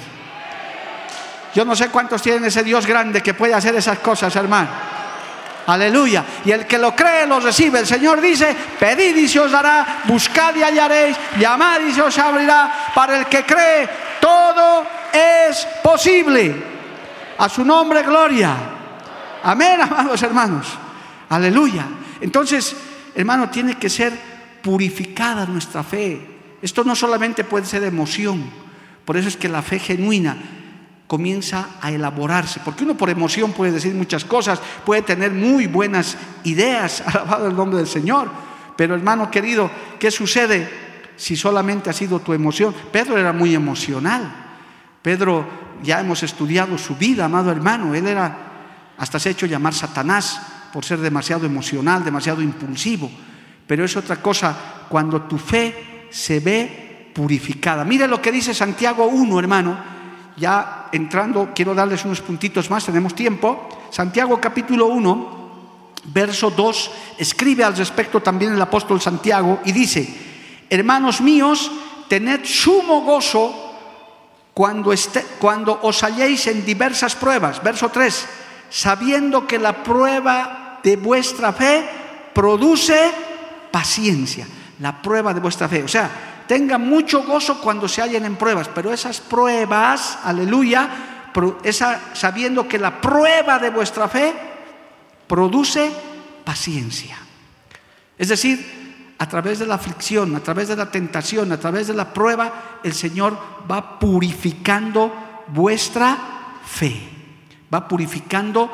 Yo no sé cuántos tienen ese Dios grande que puede hacer esas cosas, hermano. Aleluya. Y el que lo cree, lo recibe. El Señor dice: pedid y se os dará, buscad y hallaréis, llamad y se os abrirá. Para el que cree, todo es posible. A su nombre, gloria. Amén, amados hermanos. Aleluya. Entonces, hermano, tiene que ser purificada nuestra fe. Esto no solamente puede ser emoción. Por eso es que la fe genuina comienza a elaborarse, porque uno por emoción puede decir muchas cosas, puede tener muy buenas ideas, alabado el nombre del Señor, pero hermano querido, ¿qué sucede si solamente ha sido tu emoción? Pedro era muy emocional. Pedro, ya hemos estudiado su vida, amado hermano, él era, hasta se ha hecho llamar Satanás por ser demasiado emocional, demasiado impulsivo. Pero es otra cosa cuando tu fe se ve purificada. Mire lo que dice Santiago 1, hermano. Ya entrando, quiero darles unos puntitos más, tenemos tiempo. Santiago capítulo 1, verso 2, escribe al respecto también el apóstol Santiago y dice: hermanos míos, tened sumo gozo cuando os halléis en diversas pruebas. Verso 3, sabiendo que la prueba de vuestra fe produce paciencia. La prueba de vuestra fe, o sea, tengan mucho gozo cuando se hallen en pruebas, pero esas pruebas, aleluya, sabiendo que la prueba de vuestra fe produce paciencia. Es decir, a través de la aflicción, a través de la tentación, a través de la prueba, el Señor va purificando vuestra fe, va purificando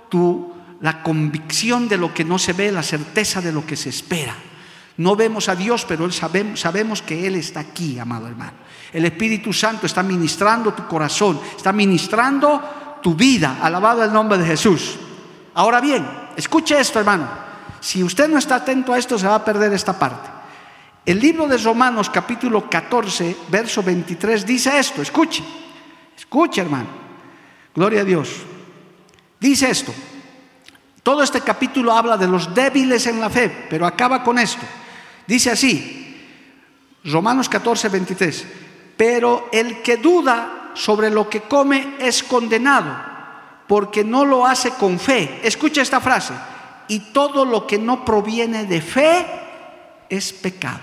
la convicción de lo que no se ve, la certeza de lo que se espera. No vemos a Dios, pero sabemos que Él está aquí, amado hermano. El Espíritu Santo está ministrando tu corazón, está ministrando tu vida. Alabado el nombre de Jesús. Ahora bien, escuche esto, hermano. Si usted no está atento a esto, se va a perder esta parte. El libro de Romanos, capítulo 14, verso 23, dice esto. Escuche, hermano. Gloria a Dios. Dice esto. Todo este capítulo habla de los débiles en la fe, pero acaba con esto. Dice así, Romanos 14, 23, pero el que duda sobre lo que come es condenado, porque no lo hace con fe. Escucha esta frase: y todo lo que no proviene de fe es pecado.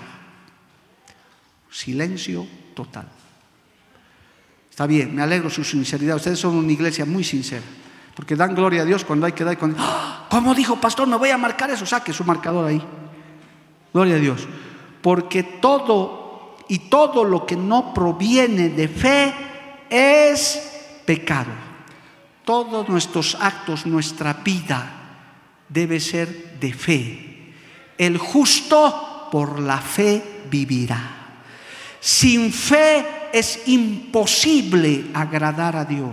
Silencio total. Está bien, me alegro su sinceridad. Ustedes son una iglesia muy sincera, porque dan gloria a Dios cuando hay que dar. ¿Cómo dijo, pastor? Me voy a marcar eso. Saque su marcador ahí. Gloria a Dios. Porque todo lo que no proviene de fe es pecado. Todos nuestros actos, nuestra vida debe ser de fe. El justo por la fe vivirá. Sin fe es imposible agradar a Dios.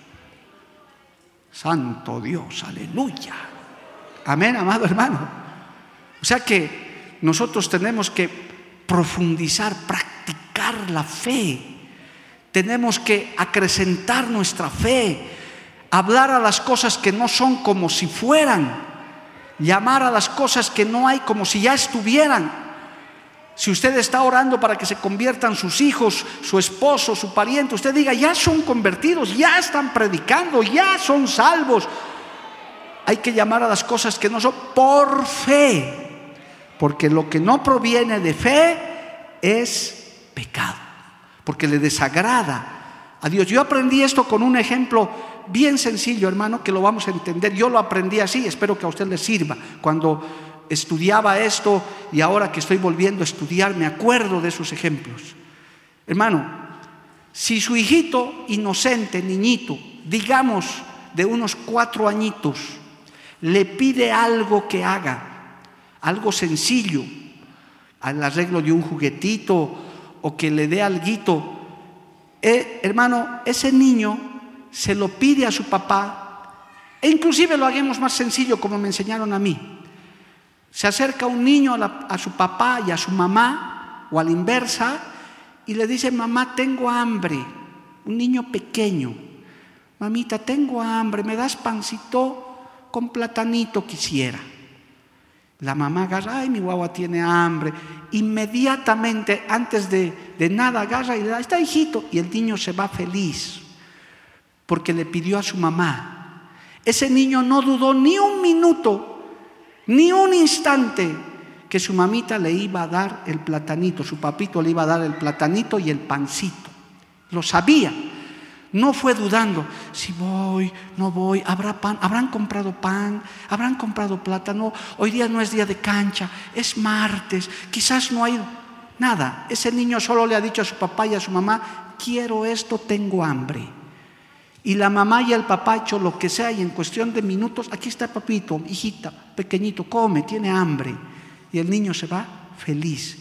Santo Dios, aleluya. Amén, amado hermano. O sea que nosotros tenemos que profundizar, practicar la fe. Tenemos que acrecentar nuestra fe, hablar a las cosas que no son como si fueran, llamar a las cosas que no hay como si ya estuvieran. Si usted está orando para que se conviertan sus hijos, su esposo, su pariente, usted diga: ya son convertidos, ya están predicando, ya son salvos. hay que llamar a las cosas que no son por fe, porque lo que no proviene de fe es pecado, porque le desagrada a Dios. Yo aprendí esto con un ejemplo bien sencillo, hermano, que lo vamos a entender. Yo lo aprendí así, espero que a usted le sirva. Cuando estudiaba esto y ahora que estoy volviendo a estudiar, me acuerdo de esos ejemplos. Hermano, si su hijito inocente, niñito, digamos de unos 4 añitos, le pide algo que haga, algo sencillo, al arreglo de un juguetito o que le dé alguito, hermano, ese niño se lo pide a su papá, e inclusive lo hagamos más sencillo como me enseñaron a mí. Se acerca un niño a su papá y a su mamá, o a la inversa, y le dice: mamá, tengo hambre. Un niño pequeño: mamita, tengo hambre, ¿me das pancito con platanito quisiera? La mamá agarra: ay, mi guagua tiene hambre. Inmediatamente, antes de nada, agarra y le da: está, hijito. Y el niño se va feliz, porque le pidió a su mamá. Ese niño no dudó ni un minuto, ni un instante, que su mamita le iba a dar el platanito, su papito le iba a dar el platanito y el pancito. Lo sabía. No fue dudando: si voy, no voy, habrá pan, habrán comprado pan, habrán comprado plátano, hoy día no es día de cancha, es martes, quizás no hay nada. Ese niño solo le ha dicho a su papá y a su mamá: quiero esto, tengo hambre. Y la mamá y el papá han hecho lo que sea, y en cuestión de minutos: aquí está papito, hijita, pequeñito, come, tiene hambre. Y el niño se va feliz.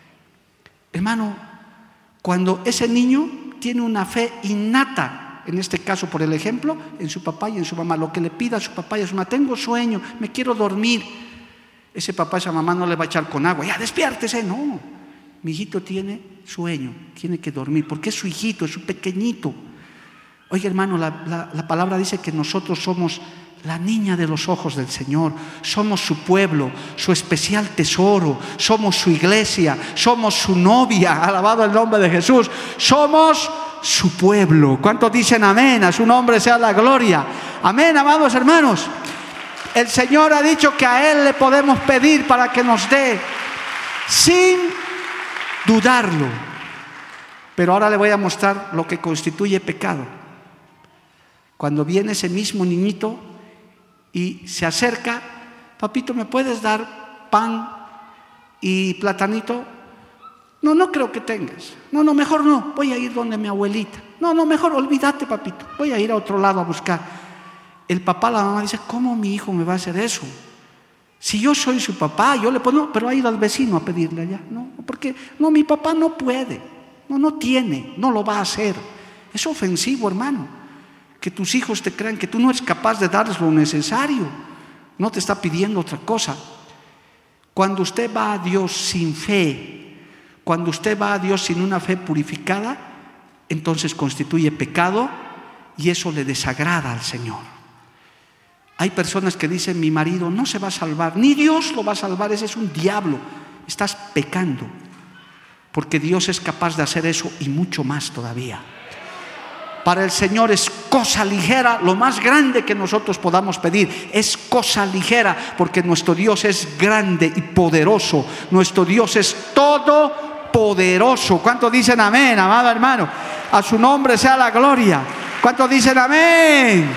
Hermano, cuando ese niño tiene una fe innata, en este caso por el ejemplo, en su papá y en su mamá, lo que le pida a su papá y a su mamá: tengo sueño, me quiero dormir. Ese papá y esa mamá no le va a echar con agua: ya despiértese. No, mi hijito tiene sueño, tiene que dormir, porque es su hijito, es su pequeñito. Oye, hermano, la palabra dice que nosotros somos la niña de los ojos del Señor, somos su pueblo, su especial tesoro, somos su iglesia, somos su novia, alabado el nombre de Jesús, somos su pueblo. ¿Cuántos dicen amén? A su nombre sea la gloria. Amén, amados hermanos. El Señor ha dicho que a Él le podemos pedir para que nos dé sin dudarlo. Pero ahora le voy a mostrar lo que constituye pecado. Cuando viene ese mismo niñito y se acerca: papito, ¿me puedes dar pan y platanito? No, no creo que tengas. No, mejor no, voy a ir donde mi abuelita. No, mejor olvídate, papito, voy a ir a otro lado a buscar. El papá, la mamá dice: ¿cómo mi hijo me va a hacer eso? Si yo soy su papá, yo le puedo, no, pero ha ido al vecino a pedirle allá. No, porque no, mi papá no puede, no tiene, no lo va a hacer. Es ofensivo, hermano, que tus hijos te crean que tú no eres capaz de darles lo necesario. No te está pidiendo otra cosa. Cuando usted va a Dios sin fe, cuando usted va a Dios sin una fe purificada, entonces constituye pecado, y eso le desagrada al Señor. Hay personas que dicen: mi marido no se va a salvar, ni Dios lo va a salvar, ese es un diablo. Estás pecando, porque Dios es capaz de hacer eso y mucho más todavía. Para el Señor es cosa ligera lo más grande que nosotros podamos pedir. Es cosa ligera, porque nuestro Dios es grande y poderoso. Nuestro Dios es todopoderoso. ¿Cuántos dicen amén, amado hermano? A su nombre sea la gloria. ¿Cuántos dicen amén?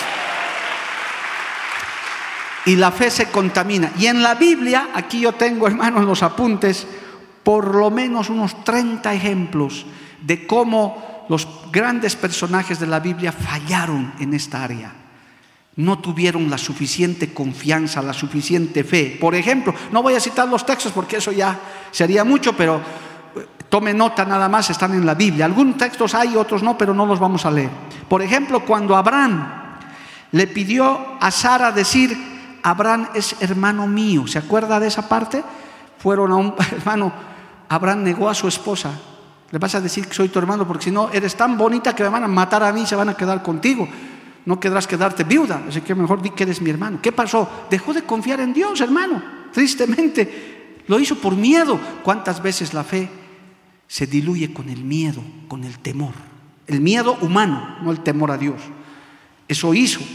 Y la fe se contamina. Y en la Biblia, aquí yo tengo, hermanos, los apuntes, por lo menos unos 30 ejemplos de cómo los grandes personajes de la Biblia fallaron en esta área. No tuvieron la suficiente confianza, la suficiente fe. Por ejemplo, no voy a citar los textos porque eso ya sería mucho, pero tome nota nada más, están en la Biblia. Algunos textos hay, otros no, pero no los vamos a leer. Por ejemplo, cuando Abraham le pidió a Sara decir: Abraham es hermano mío. ¿Se acuerda de esa parte? Fueron a un hermano, Abraham negó a su esposa. Le vas a decir que soy tu hermano, porque si no, eres tan bonita que me van a matar a mí y se van a quedar contigo. No querrás quedarte viuda, así que mejor di que eres mi hermano. ¿Qué pasó? Dejó de confiar en Dios, hermano. Tristemente, lo hizo por miedo. ¿Cuántas veces la fe se diluye con el miedo, con el temor? El miedo humano, no el temor a Dios. Eso hizo.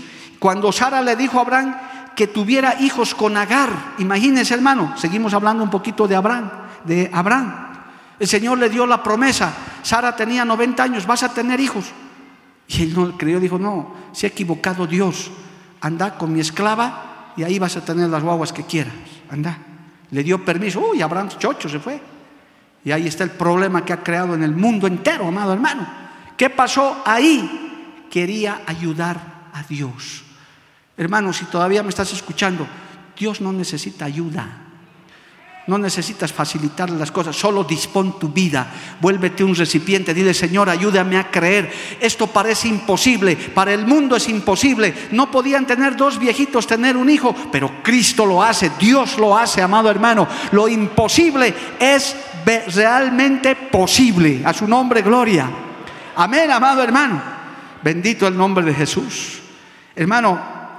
Cuando Sara le dijo a Abraham que tuviera hijos con Agar, imagínense, hermano, seguimos hablando un poquito de Abraham. El Señor le dio la promesa. Sara tenía 90 años, vas a tener hijos. Y él no creyó, dijo, no, se ha equivocado Dios. Anda con mi esclava y ahí vas a tener las guaguas que quieras. Anda. Le dio permiso. Uy, Abraham chocho se fue. Y ahí está el problema que ha creado en el mundo entero, amado hermano. ¿Qué pasó ahí? Quería ayudar a Dios. Hermano, si todavía me estás escuchando, Dios no necesita ayuda. No necesitas facilitarle las cosas, solo dispón tu vida, vuélvete un recipiente, dile, Señor, ayúdame a creer. Esto parece imposible, para el mundo es imposible. No podían tener 2 viejitos tener un hijo, pero Cristo lo hace, Dios lo hace, amado hermano. Lo imposible es realmente posible. A su nombre, gloria. Amén, amado hermano. Bendito el nombre de Jesús. Hermano,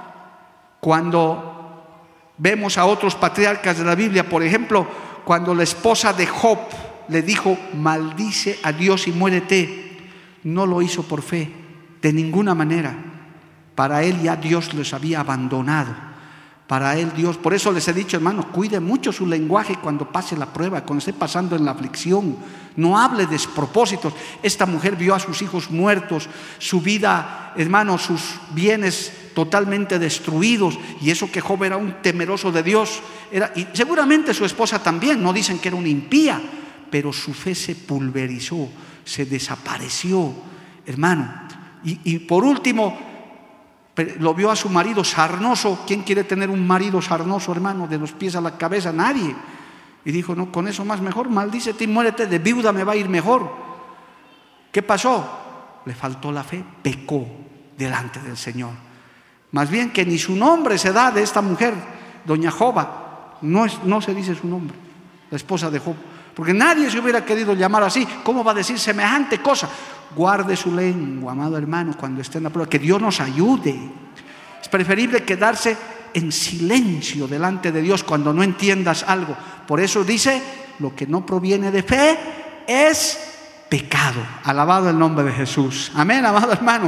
cuando vemos a otros patriarcas de la Biblia, por ejemplo, cuando la esposa de Job le dijo, maldice a Dios y muérete, no lo hizo por fe, de ninguna manera. Para él ya Dios les había abandonado. Para él Dios, por eso les he dicho, hermano, cuide mucho su lenguaje cuando pase la prueba, cuando esté pasando en la aflicción. No hable despropósitos. Esta mujer vio a sus hijos muertos, su vida, hermano, sus bienes totalmente destruidos, y eso que Job era un temeroso de Dios, y seguramente su esposa también, no dicen que era una impía, pero su fe se pulverizó, se desapareció, hermano. Y por último, lo vio a su marido sarnoso. ¿Quién quiere tener un marido sarnoso, hermano, de los pies a la cabeza? Nadie. Y dijo, no, con eso más mejor, maldícete y muérete, de viuda me va a ir mejor. ¿Qué pasó? Le faltó la fe, pecó delante del Señor. Más bien que ni su nombre se da de esta mujer, doña Joba, no se dice su nombre, la esposa de Job, porque nadie se hubiera querido llamar así. ¿Cómo va a decir semejante cosa? Guarde su lengua, amado hermano, cuando esté en la prueba, que Dios nos ayude. Es preferible quedarse en silencio delante de Dios cuando no entiendas algo. Por eso dice, lo que no proviene de fe es pecado. Alabado el nombre de Jesús. Amén, amado hermano.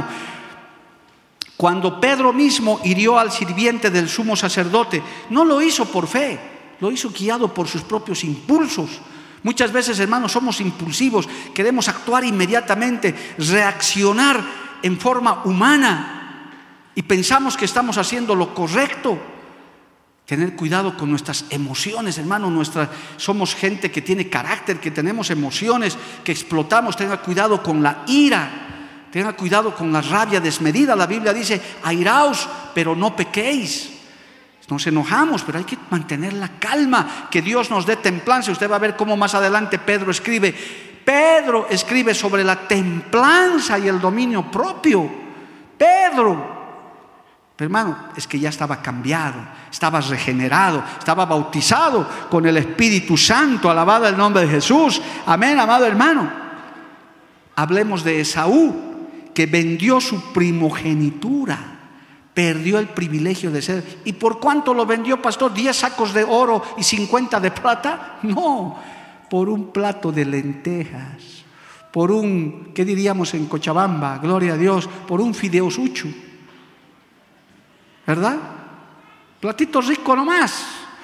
Cuando Pedro mismo hirió al sirviente del sumo sacerdote, no lo hizo por fe, lo hizo guiado por sus propios impulsos. Muchas veces, hermanos, somos impulsivos, queremos actuar inmediatamente, reaccionar en forma humana y pensamos que estamos haciendo lo correcto. Tener cuidado con nuestras emociones, hermano. Somos gente que tiene carácter, que tenemos emociones, que explotamos. Tenga cuidado con la ira. Tenga cuidado con la rabia desmedida. La Biblia dice, airaos, pero no pequéis. Nos enojamos, pero hay que mantener la calma. Que Dios nos dé templanza. Usted va a ver cómo más adelante Pedro escribe sobre la templanza y el dominio propio. Pedro. Pero hermano, es que ya estaba cambiado, estaba regenerado, estaba bautizado con el Espíritu Santo. Alabado el nombre de Jesús. Amén, amado hermano. Hablemos de Esaú, que vendió su primogenitura, perdió el privilegio de ser. ¿Y por cuánto lo vendió, pastor? ¿10 sacos de oro y 50 de plata? No, por un plato de lentejas, por un, ¿qué diríamos en Cochabamba? Gloria a Dios, por un fideosucho, ¿verdad? Platito rico nomás,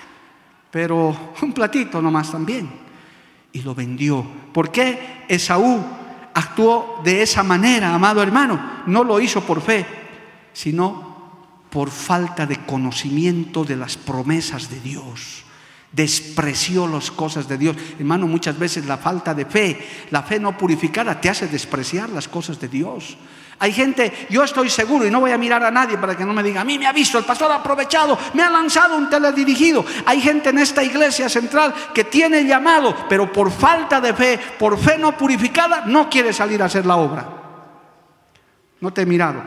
pero un platito nomás también. Y lo vendió. ¿Por qué Esaú actuó de esa manera, amado hermano? No lo hizo por fe, sino por falta de conocimiento de las promesas de Dios. Despreció las cosas de Dios. Hermano, muchas veces la falta de fe, la fe no purificada, te hace despreciar las cosas de Dios. Hay gente, yo estoy seguro, y no voy a mirar a nadie para que no me diga, a mí me ha visto, el pastor ha aprovechado, me ha lanzado un teledirigido. Hay gente en esta iglesia central que tiene llamado, pero por falta de fe, por fe no purificada, no quiere salir a hacer la obra. No te he mirado.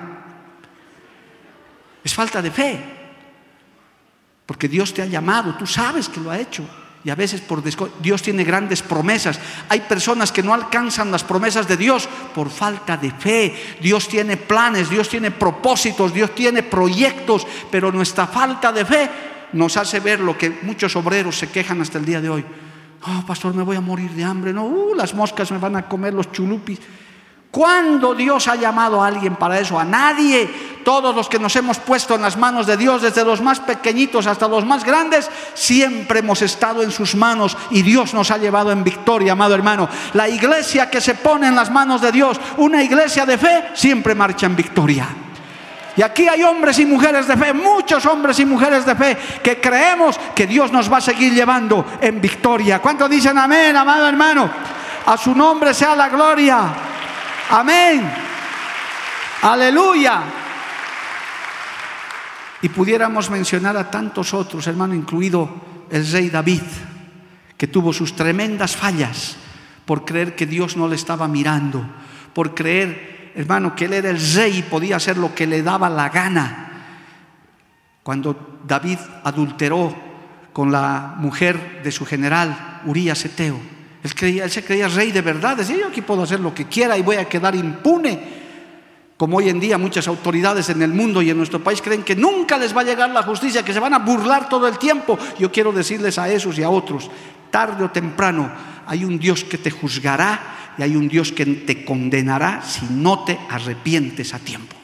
Es falta de fe, porque Dios te ha llamado, tú sabes que lo ha hecho. Y a veces Dios tiene grandes promesas. Hay personas que no alcanzan las promesas de Dios por falta de fe. Dios tiene planes, Dios tiene propósitos, Dios tiene proyectos, pero nuestra falta de fe nos hace ver lo que muchos obreros se quejan hasta el día de hoy. Oh, pastor, me voy a morir de hambre. No, las moscas me van a comer los chulupis. ¿Cuándo Dios ha llamado a alguien para eso? A nadie. Todos los que nos hemos puesto en las manos de Dios, desde los más pequeñitos hasta los más grandes, siempre hemos estado en sus manos y Dios nos ha llevado en victoria, amado hermano. La iglesia que se pone en las manos de Dios, una iglesia de fe, siempre marcha en victoria. Y aquí hay hombres y mujeres de fe, muchos hombres y mujeres de fe, que creemos que Dios nos va a seguir llevando en victoria. ¿Cuántos dicen amén, amado hermano? A su nombre sea la gloria. Amén. Aleluya. Y pudiéramos mencionar a tantos otros, hermano, incluido el rey David, que tuvo sus tremendas fallas por creer que Dios no le estaba mirando, por creer, hermano, que él era el rey y podía hacer lo que le daba la gana. Cuando David adulteró con la mujer de su general, Urías Eteo, él se creía rey de verdad. Decía, yo aquí puedo hacer lo que quiera y voy a quedar impune. Como hoy en día muchas autoridades en el mundo y en nuestro país creen que nunca les va a llegar la justicia, que se van a burlar todo el tiempo. Yo quiero decirles a esos y a otros, tarde o temprano hay un Dios que te juzgará y hay un Dios que te condenará si no te arrepientes a tiempo.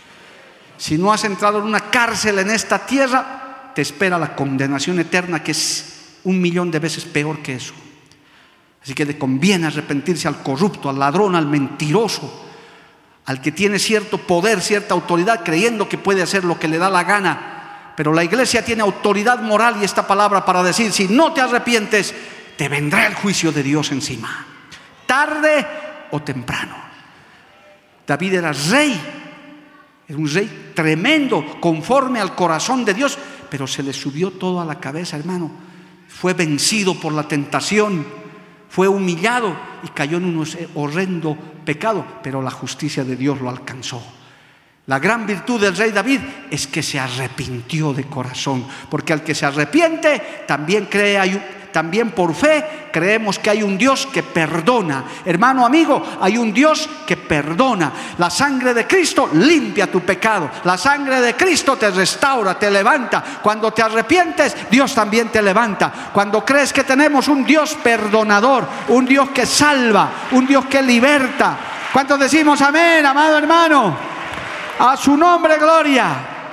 Si no has entrado en una cárcel en esta tierra, te espera la condenación eterna, que es 1.000.000 de veces peor que eso. Así que le conviene arrepentirse al corrupto, al ladrón, al mentiroso, al que tiene cierto poder, cierta autoridad, creyendo que puede hacer lo que le da la gana. Pero la iglesia tiene autoridad moral y esta palabra para decir, si no te arrepientes, te vendrá el juicio de Dios encima, tarde o temprano. David era rey, era un rey tremendo, conforme al corazón de Dios, pero se le subió todo a la cabeza, hermano. Fue vencido por la tentación, fue humillado y cayó en un horrendo pecado, pero la justicia de Dios lo alcanzó. La gran virtud del rey David es que se arrepintió de corazón, porque al que se arrepiente también por fe creemos que hay un Dios que perdona. Hermano, amigo, hay un Dios que perdona. La sangre de Cristo limpia tu pecado. La sangre de Cristo te restaura, te levanta. Cuando te arrepientes, Dios también te levanta. Cuando crees que tenemos un Dios perdonador, un Dios que salva, un Dios que liberta. ¿Cuántos decimos amén, amado hermano? A su nombre, gloria.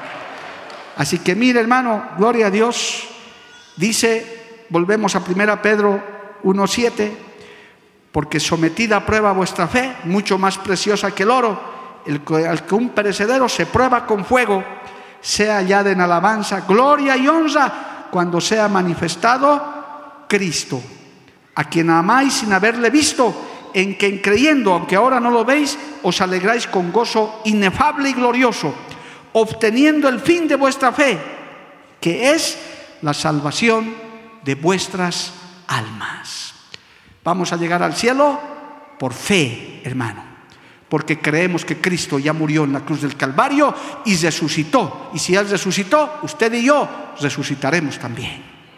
Así que mire, hermano, gloria a Dios. Dice, volvemos a 1 Pedro 1:7, porque sometida a prueba vuestra fe, mucho más preciosa que el oro, al que un perecedero se prueba con fuego, sea hallada en alabanza, gloria y honra cuando sea manifestado Cristo, a quien amáis sin haberle visto, en que creyendo, aunque ahora no lo veis, os alegráis con gozo inefable y glorioso, obteniendo el fin de vuestra fe, que es la salvación de vuestras almas. Vamos a llegar al cielo por fe, hermano, porque creemos que Cristo ya murió en la cruz del Calvario y resucitó. Y si Él resucitó, usted y yo resucitaremos también.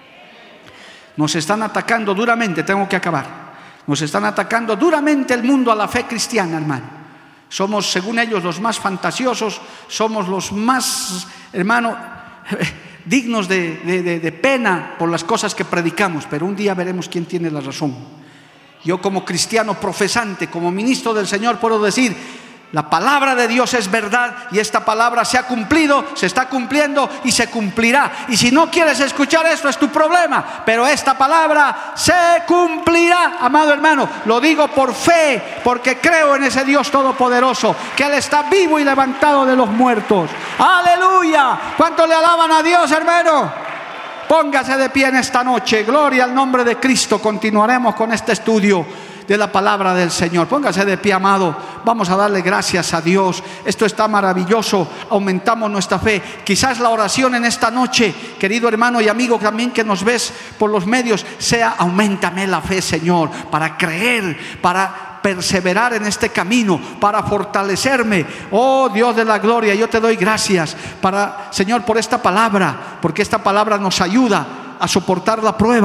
Nos están atacando duramente, tengo que acabar. Nos están atacando duramente el mundo a la fe cristiana, hermano. Somos, según ellos, los más fantasiosos, somos los más, hermano, dignos de pena por las cosas que predicamos, pero un día veremos quién tiene la razón. Yo, como cristiano profesante, como ministro del Señor, puedo decir, la palabra de Dios es verdad y esta palabra se ha cumplido, se está cumpliendo y se cumplirá. Y si no quieres escuchar esto, es tu problema, pero esta palabra se cumplirá, amado hermano. Lo digo por fe, porque creo en ese Dios todopoderoso, que Él está vivo y levantado de los muertos. ¡Aleluya! ¿Cuánto le alaban a Dios, hermano? Póngase de pie en esta noche. Gloria al nombre de Cristo. Continuaremos con este estudio de la palabra del Señor. Póngase de pie, amado. Vamos a darle gracias a Dios. Esto está maravilloso. Aumentamos nuestra fe. Quizás la oración en esta noche, querido hermano y amigo también que nos ves por los medios, sea: auméntame la fe, Señor, para creer, para perseverar en este camino, para fortalecerme. Oh Dios de la gloria, yo te doy gracias, Señor, por esta palabra, porque esta palabra nos ayuda a soportar la prueba,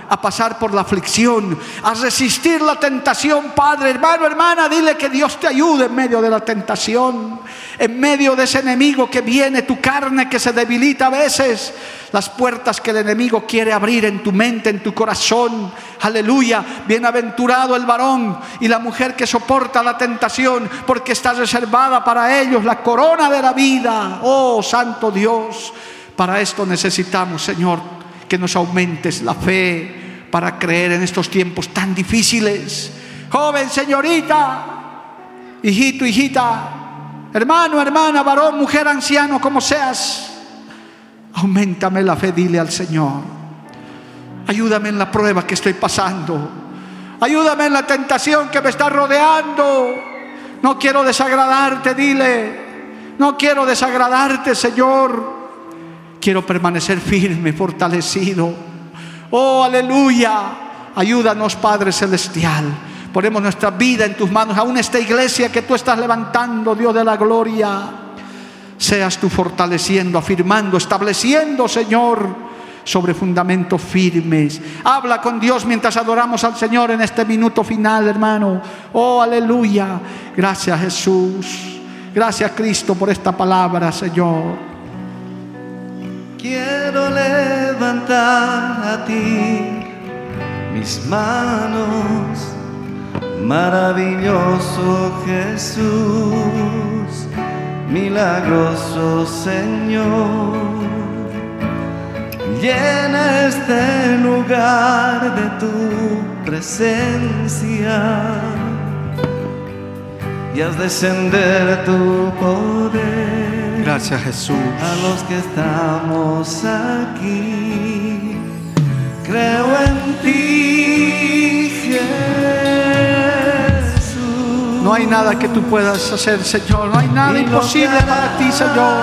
a pasar por la aflicción, a resistir la tentación. Padre, hermano, hermana, dile que Dios te ayude en medio de la tentación, en medio de ese enemigo que viene, tu carne que se debilita a veces, las puertas que el enemigo quiere abrir en tu mente, en tu corazón. Aleluya. Bienaventurado el varón y la mujer que soporta la tentación, porque está reservada para ellos la corona de la vida. Oh, santo Dios, para esto necesitamos, Señor, que nos aumentes la fe para creer en estos tiempos tan difíciles. Joven, señorita, hijito, hijita, hermano, hermana, varón, mujer, anciano, como seas, auméntame la fe, dile al Señor: ayúdame en la prueba que estoy pasando, ayúdame en la tentación que me está rodeando. No quiero desagradarte, dile, no quiero desagradarte, Señor. Quiero permanecer firme, fortalecido. Oh, aleluya. Ayúdanos, Padre Celestial. Ponemos nuestra vida en tus manos, aún esta iglesia que tú estás levantando, Dios de la gloria. Seas tú fortaleciendo, afirmando, estableciendo, Señor, sobre fundamentos firmes. Habla con Dios mientras adoramos al Señor en este minuto final, hermano. Oh, aleluya. Gracias, Jesús. Gracias, Cristo, por esta palabra, Señor. Quiero levantar a ti mis manos, maravilloso Jesús, milagroso Señor. Llena este lugar de tu presencia y haz descender tu poder. Gracias, Jesús. A los que estamos aquí, creo en ti, Jesús. No hay nada que tú puedas hacer, Señor. No hay nada imposible para ti, Señor.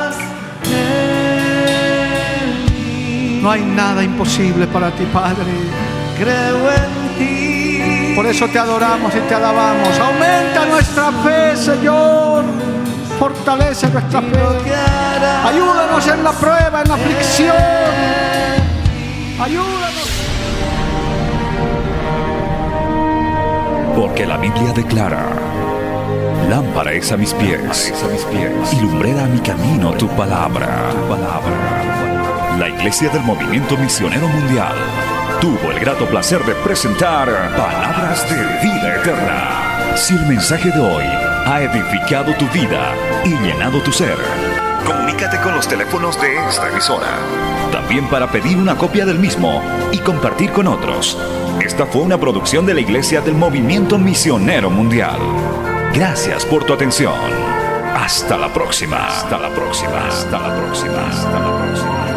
No hay nada imposible para ti, Padre. Creo en ti. Por eso te adoramos y te alabamos. Aumenta nuestra fe, Señor. Fortalece nuestra fe. Ayúdanos en la prueba, en la aflicción. Ayúdanos. Porque la Biblia declara: lámpara es a mis pies, y lumbrera a mi camino tu palabra. La Iglesia del Movimiento Misionero Mundial tuvo el grato placer de presentar Palabras de Vida Eterna. Si el mensaje de hoy ha edificado tu vida y llenado tu ser, comunícate con los teléfonos de esta emisora. También para pedir una copia del mismo y compartir con otros. Esta fue una producción de la Iglesia del Movimiento Misionero Mundial. Gracias por tu atención. Hasta la próxima. Hasta la próxima. Hasta la próxima. Hasta la próxima.